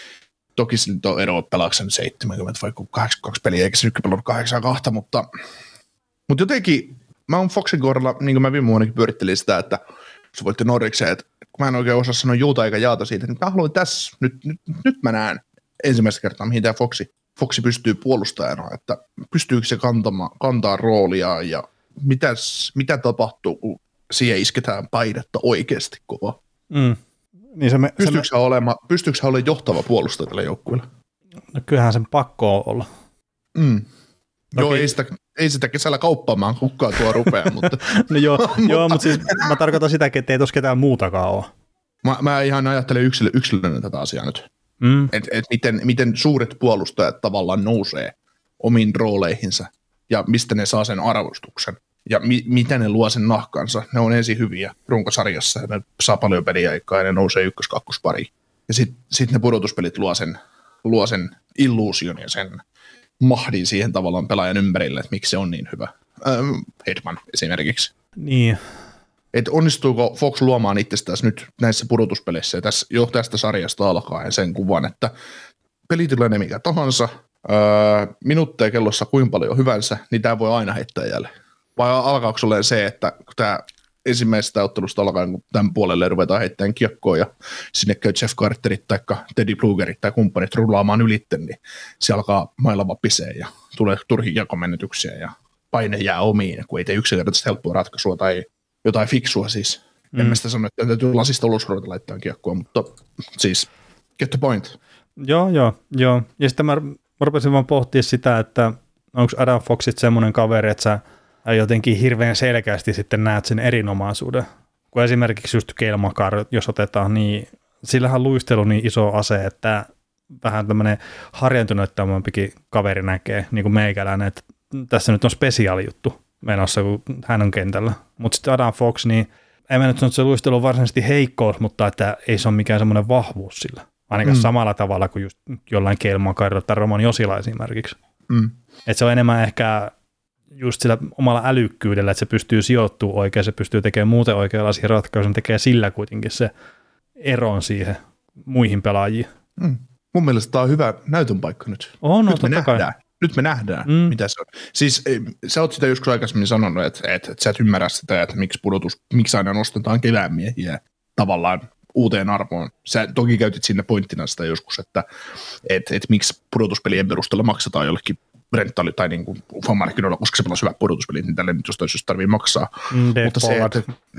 Toki se nyt on ero pelaaksen seitsemänkymmentä vai kahdeksankymmentäkaksi peliä, eikä se nytkin pelannut kahdeksankymmentäkaksi, mutta, mutta jotenkin mä oon Foxin kohdalla, niin kuin mä viime vuonnakin pyörittelin sitä, että se voitti Norrikseen, että kun mä en oikein osaa sanoa juuta eikä jaata siitä, niin mä haluan tässä, nyt, nyt, nyt mä näen ensimmäistä kertaa, mihin tämä Foxi, Foxi pystyy puolustajana, että pystyykö se kantamaan, kantaa roolia ja mitäs, mitä tapahtuu, kun siihen isketään painetta oikeasti kova. Mm. Niin se me, pystyykö, se me... olema, pystyykö se olemaan johtava puolustaja tällä joukkueella? No kyllähän sen pakko olla. Mm. Joo, ei sitä, ei sitä kesällä kauppaamaan kukaan tuo rupeaa, mutta... no joo, mutta... joo, mutta siis mä tarkoitan sitäkin, että ei tuossa ketään muutakaan ole. Mä, mä ihan ajattelen yksilö, yksilönä tätä asiaa nyt. Mm. Että et miten, miten suuret puolustajat tavallaan nousee omiin rooleihinsa ja mistä ne saa sen arvostuksen. Ja mi- miten ne luo sen nahkansa. Ne on ensin hyviä runkosarjassa ja ne saa paljon peliaikaa ja ne nousee ykkös-kakkospariin. Ja sitten sit ne pudotuspelit luo sen, luo sen illuusion ja sen mahdin siihen tavallaan pelaajan ympärille, että miksi se on niin hyvä. Ähm, Hedman esimerkiksi. Niin. Että onnistuuko Fox luomaan itsestään nyt näissä pudotuspeleissä ja tässä, jo tästä sarjasta alkaen sen kuvan, että pelitilanne mikä tahansa, öö, minuutteja kellossa kuinka paljon hyvänsä, niin tämä voi aina heittää jälleen. Vai alkaako sulle se, että kun tämä ensimmäisestä ottelusta alkaen, kun tämän puolelle ruvetaan heittämään kiekkoa ja sinne käy Jeff Carterit tai Teddy Bluegerit tai kumppanit rullaamaan ylitten, niin se alkaa mailla vapiseen ja tulee turhin jakomenetyksiä ja paine jää omiin, kun ei tee yksinkertaisesti helppoa ratkaisua tai jotain fiksua siis. Mm. En mä sitä sano, että täytyy lasista ulos ruveta laittaa kiekkoa, mutta siis get the point. Joo, joo, joo. Ja sitten mä, mä rupesin vaan pohtia sitä, että onko Adam Foxit semmoinen kaveri, että sä jotenkin hirveän selkeästi sitten näet sen erinomaisuuden. Kun esimerkiksi just Cale Makar, jos otetaan, niin sillähän luistelu niin iso ase, että vähän tämmöinen harjantuneettomampikin kaveri näkee, niin kuin meikäläinen, että tässä nyt on spesiaali juttu menossa, kun hän on kentällä. Mutta sitten Adam Fox, niin en mä nyt sano, että se luistelu on varsinaisesti heikkous, mutta että ei se ole mikään semmoinen vahvuus sillä. Ainakaan mm. samalla tavalla kuin just jollain Cale Makarilla tai Roman Josila esimerkiksi. Mm. Että se on enemmän ehkä just sillä omalla älykkyydellä, että se pystyy sijoittumaan oikein, se pystyy tekemään muuten oikeanlaisia ratkaisuja, tekee sillä kuitenkin se eron siihen muihin pelaajiin. Mm. Mun mielestä tämä on hyvä näytön paikka nyt. On, no, nyt me nähdään. nähdään. Nyt me nähdään, mm. mitä se on. Siis sä oot sitä joskus aikaisemmin sanonut, että, että, että sä et ymmärrä sitä, että miksi pudotus, miksi aina nostetaan kevään miehiä tavallaan uuteen arvoon. Sä toki käytit sinne pointtina sitä joskus, että, että, että miksi pudotuspelien perusteella maksetaan jollekin rentaali tai niin kuin fanmarkkinoilla, koska se pelasi hyvät pudotuspelit, niin tälle nyt jostain syystä tarvii maksaa. Mm, mutta se, että,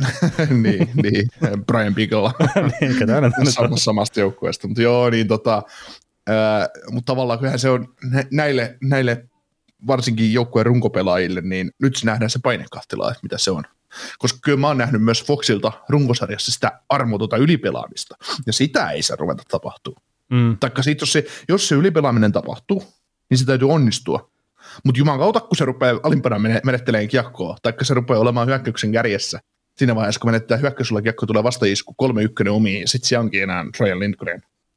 niin, niin, Brian Beagle niin, samasta joukkueesta. Mutta joo, niin tota, ää, mutta tavallaan kyllähän se on näille, näille varsinkin joukkueen runkopelaajille, niin nyt se nähdään se painekahtila, että mitä se on. Koska kyllä mä oon nähnyt myös Foxilta runkosarjassa sitä armotonta ylipelaamista, ja sitä ei saa ruveta tapahtua. Mm. Taikka siitä, jos se, jos se ylipelaaminen tapahtuu, niin se täytyy onnistua. Mutta juman kautta, kun se rupeaa alimpana menettelemään kiekkoa, taikka se rupeaa olemaan hyökkäyksen kärjessä, siinä vaiheessa, kun menettää hyökkäysulla kiekko, tulee vastaisku kolme ykkönen omiin, ja sitten se onkin enää Ryan Lindgren.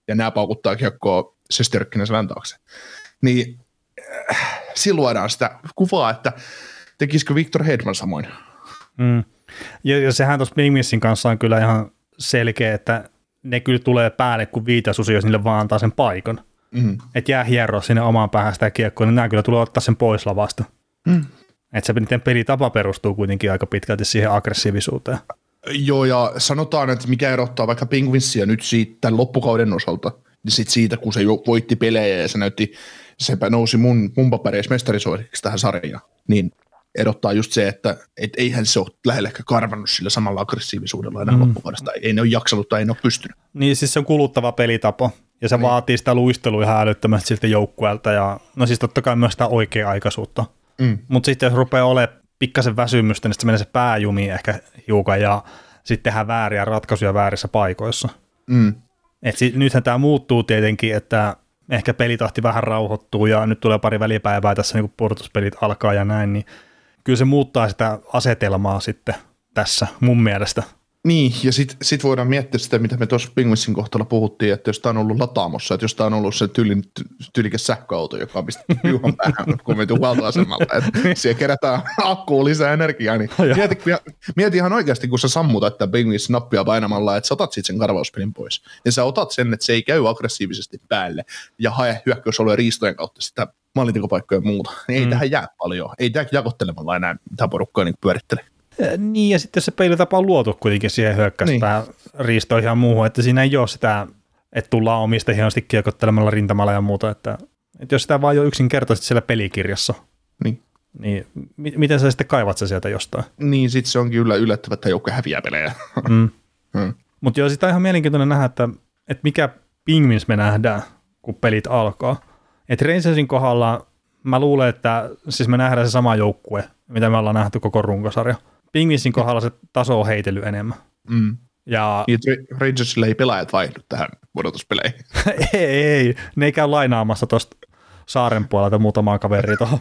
ja nämä paukuttaa kiekkoa Shesterkkinen selän taakse. Niin äh, silloin luodaan sitä kuvaa, että tekisikö Victor Hedman samoin. Mm. Ja, ja sehän tuossa Penguinsin kanssa on kyllä ihan selkeä, että ne kyllä tulee päälle kuin viitasusi, jos niille vaan antaa sen paikan. Mm. Että jää hieroa sinne omaan päähän sitä kiekkoa, niin nämä kyllä tulee ottaa sen pois lavasta. Mm. Että se niiden pelitapa perustuu kuitenkin aika pitkälti siihen aggressiivisuuteen. Joo, ja sanotaan, että mikä erottaa vaikka Penguinsia nyt siitä tämän loppukauden osalta, niin sit siitä, kun se jo voitti pelejä ja se näytti, sepä nousi mun, mun papereissa mestarisuosiksi tähän sarjaan, niin erottaa just se, että et eihän se ole lähellekään karvannut sillä samalla aggressiivisuudella enää mm. loppukaudesta. Ei ne ole jaksanut tai ei ne ole pystynyt. Niin, siis se on kuluttava pelitapa, ja se niin. vaatii sitä luistelua ihan älyttömästi siltä joukkueelta, ja no siis totta kai myös sitä oikea-aikaisuutta. Mm. Mutta sitten jos rupeaa olemaan pikkasen väsymystä, niin sitten se menee se pääjumi ehkä hiukan, ja sitten tehdään vääriä ratkaisuja väärissä paikoissa. Mm. Et sit, nythän tämä muuttuu tietenkin, että ehkä pelitahti vähän rauhoittuu, ja nyt tulee pari välipäivää tässä, niin kun pudotuspelit alkaa ja näin, niin kyllä se muuttaa sitä asetelmaa sitten tässä mun mielestä. Niin, ja sitten sit voidaan miettiä sitä, mitä me tuossa Penguinsin kohtalla puhuttiin, että jos tämä on ollut lataamossa, että jos tämä on ollut se tyylin, tyylikäs sähköauto, joka on pistetty juon päähän, kun me tuu huoltoasemalla, että siellä kerätään akkuun lisää energiaa, niin mieti, mieti ihan oikeasti, kun sä sammutat tämän Penguinsin nappia painamalla, että sä otat sitten sen karvauspelin pois, ja sä otat sen, että se ei käy aggressiivisesti päälle, ja hae hyökkäysolojen riistojen kautta sitä maalintekopaikkoja ja muuta, niin ei mm. tähän jää paljon, ei tämä jakottelemalla enää mitään porukkaa niin pyörittele. Niin, ja sitten se pelitapa on luotu kuitenkin siihen hyökkäyspään niin. riistoihin ja muuhun, että siinä ei ole sitä, että tullaan omista hienosti kiekottelemalla rintamalla ja muuta, että, että jos sitä vaan jo yksinkertaisesti siellä pelikirjassa, niin, niin m- miten sä sitten kaivat sä sieltä jostain? Niin, sitten se onkin yllättävää, että joukko häviää pelejä. Mm. mm. Mutta joo, sitä on ihan mielenkiintoinen nähdä, että, että mikä Penguins me nähdään, kun pelit alkaa. Että Rangersin kohdalla mä luulen, että siis me nähdään se sama joukkue, mitä me ollaan nähty koko runkosarja. Penguinsin kohdalla se taso on heitellyt enemmän. Mm. Ja Rangersille ei pelaajat vaihdu tähän pudotuspeleihin. ei, ei, ne ei käy lainaamassa tuosta saaren puolelta muutamaa kaveria tuohon.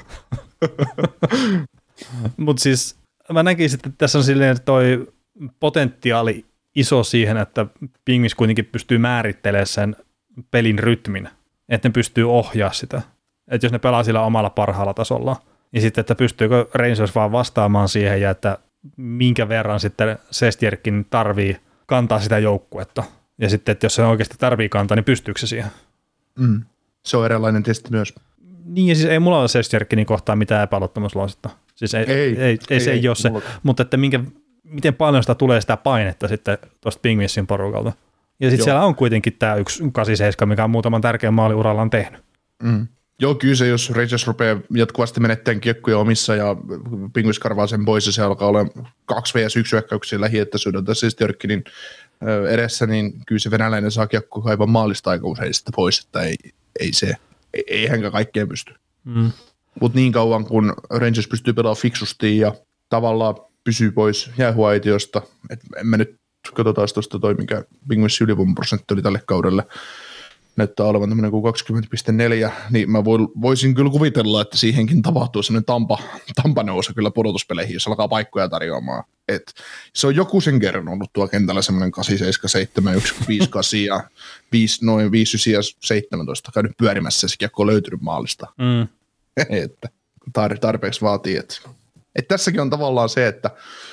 Mutta siis mä näkisin, että tässä on silleen, että toi potentiaali iso siihen, että Penguins kuitenkin pystyy määrittelemään sen pelin rytmin, että ne pystyy ohjaa sitä. Että jos ne pelaa sillä omalla parhaalla tasolla, niin sitten, että pystyykö Rangers vaan vastaamaan siihen ja että minkä verran sitten Sestjärkin tarvii kantaa sitä joukkuetta. Ja sitten, että jos se oikeasti tarvii kantaa, niin pystyykö se siihen? Mm. Se on erilainen testi myös. Niin, ja siis ei mulla ole Sestjärkinin kohtaan mitään epäluottamuslausetta. Siis ei, ei, ei, ei, ei se ei, ei ole se, mutta että minkä, miten paljon sitä tulee sitä painetta sitten tuosta Penguinsin porukalta. Ja sitten siellä on kuitenkin tämä yksi kahdeksankymmentäseitsemän, mikä on muutaman tärkeän maali urallaan tehnyt. Mm. Joo, kyllä se, jos Rangers rupeaa jatkuvasti menettämään kiekkoja omissa ja Penguins karvaa sen pois ja se alkaa olla kaksi vastaan yksi hyökkäyksiä lähiettäisyydeltä Sestjärkinin edessä, niin kyllä se venäläinen saa kiekkoa kaivaa maalista aika usein sitä pois, että ei, ei se, ei, ei hänkään kaikkeen pysty. Mm. Mutta niin kauan kun Rangers pystyy pelaamaan fiksusti ja tavallaan pysyy pois jäähuaitiosta, että en mä nyt katsotaan tuosta toi, mikä Penguinsin ylivoimaprosentti oli tälle kaudelle, näyttää olevan tämmöinen kuin kaksikymmentä pilkku neljä, niin mä voisin kyllä kuvitella, että siihenkin tapahtuu semmoinen tampa, tampa nousu kyllä pudotuspeleihin, jos alkaa paikkoja tarjoamaan. Et se on joku sen kerran ollut tuo kentällä semmoinen kahdeksan seitsemän seitsemän yksi viisi kahdeksan ja viisi, noin viisi yhdeksän ja seitsemäntoista käynyt pyörimässä ja se kiekko on löytynyt maalista. Mm. että tar- tarpeeksi vaatii. Että et tässäkin on tavallaan se, että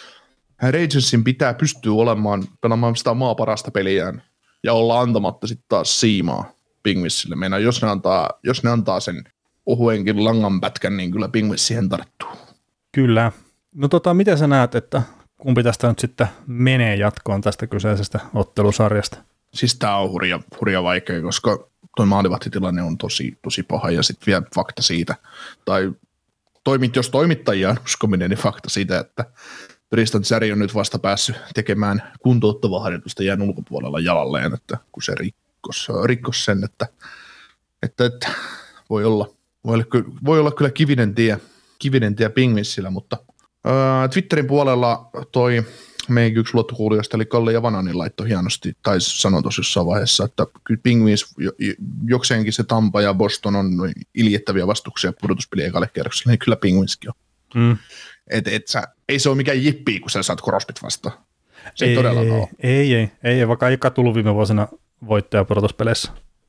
Rangersin pitää pystyä olemaan, pelaamaan sitä maa parasta peliään ja olla antamatta sitten taas siimaa Penguinsille. Meina, jos ne antaa, jos ne antaa sen ohuenkin langanpätkän, niin kyllä Penguins siihen tarttuu. Kyllä. No tota, miten sä näet, että kumpi tästä nyt sitten menee jatkoon tästä kyseisestä ottelusarjasta? Siis tää on hurja, hurja vaikea, koska tuo maalivahtitilanne on tosi, tosi paha ja sitten vielä fakta siitä, tai toimit, jos toimittajia on uskominen, niin fakta siitä, että Tristan Cherry on nyt vasta päässyt tekemään kuntouttavaa harjoitusta jään ulkopuolella jalalleen, että kun se rikkos, rikkos sen, että, että, että voi, olla, voi, olla, voi olla kyllä kivinen tie, kivinen tie Penguinsillä, mutta ää, Twitterin puolella toi meidän yksi luottokuulijoista, eli Kalle Javananin laitto hienosti, tai sanoi tuossa jossain vaiheessa, että kyllä Penguins, jokseenkin se Tampa ja Boston on iljettäviä vastuksia pudotuspeliä ekalle kierrokselle, niin kyllä Penguinskin on. Mm. Et, et sä, ei se ole mikään jippii, kun sä saat Crosbyt vastaan. Se ei, ei todellakaan ole. Ei, ei, ei, vaikka ei tullut viime vuosina voittoja pudotuspeleissä.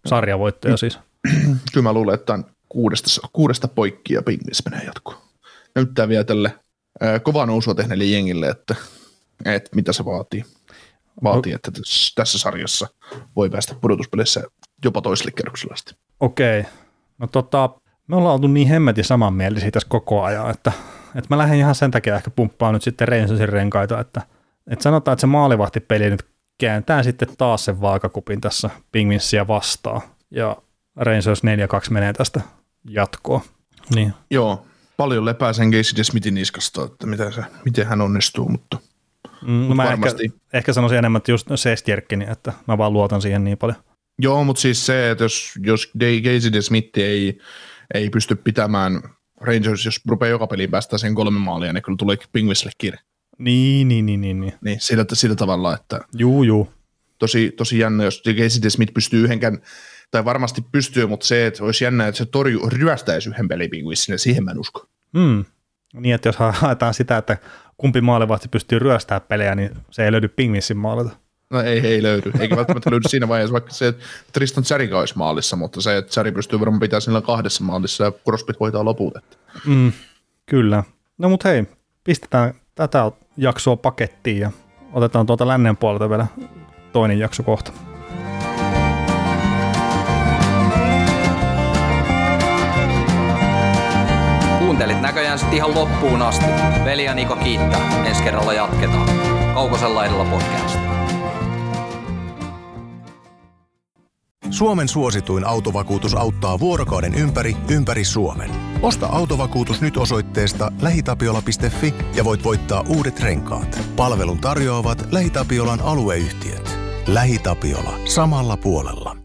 sarjavoittoja siis. Kyllä mä luulen, että on kuudesta, kuudesta poikki ja Penguins menee jatkoon. Näyttää vielä tälle ää, kovaa nousua tehneelle jengille, että, että mitä se vaatii. Vaatii, että tässä sarjassa voi päästä pudotuspeleissä jopa toiselle kerrokselle asti. Okei. No tota, me ollaan oltu niin hemmetin samanmielisiä tässä koko ajan, että, että mä lähden ihan sen takia ehkä pumppaan nyt sitten Rangersin renkaita, että, että sanotaan, että se maalivahtipeli nyt kääntää sitten taas sen vaakakupin tässä Penguinsia vastaan, ja Rangers neljä kaksi menee tästä jatkoon. Niin. Joo, paljon lepää sen Casey DeSmithin niskasta, että miten, se, miten hän onnistuu, mutta, mm, no mutta mä varmasti. Ehkä, ehkä sanoisin enemmän, että just Sestjärkkini, että mä vaan luotan siihen niin paljon. Joo, mutta siis se, että jos, jos Casey DeSmith ei, ei pysty pitämään Rangers, jos rupeaa joka peliin päästä sen kolme maalia, niin kyllä tulee Penguinsille kiire. Niin, niin, niin, niin. Niin, sillä, sillä tavalla, että juu, juu. Tosi, tosi jännä, jos Casey DeSmith pystyy yhdenkään, tai varmasti pystyy, mutta se, että olisi jännä, että se torju ryöstäisi yhden pelin Penguinsin, siihen mä en usko. Mm. Niin, että jos haetaan sitä, että kumpi maalivahti pystyy ryöstämään pelejä, niin se ei löydy Penguinsin maalilta. No ei, ei löydy, eikä välttämättä löydy siinä vaiheessa, vaikka se, että Tristan Cherika olisi maalissa, mutta se, että Cherry pystyy varmaan pitämään sillä kahdessa maalissa ja Crosby hoitaa loput. Mm, kyllä. No mut hei, pistetään tätä jaksoa pakettiin ja otetaan tuolta lännen puolelta vielä toinen jakso kohta. Kuuntelit näköjään sitten ihan loppuun asti. Veli ja Niko kiittää. Ensi kerralla jatketaan. Kaukosen laidalla podcast. Suomen suosituin autovakuutus auttaa vuorokauden ympäri, ympäri Suomen. Osta autovakuutus nyt osoitteesta lähitapiola piste fi ja voit voittaa uudet renkaat. Palvelun tarjoavat LähiTapiolan alueyhtiöt. LähiTapiola. Samalla puolella.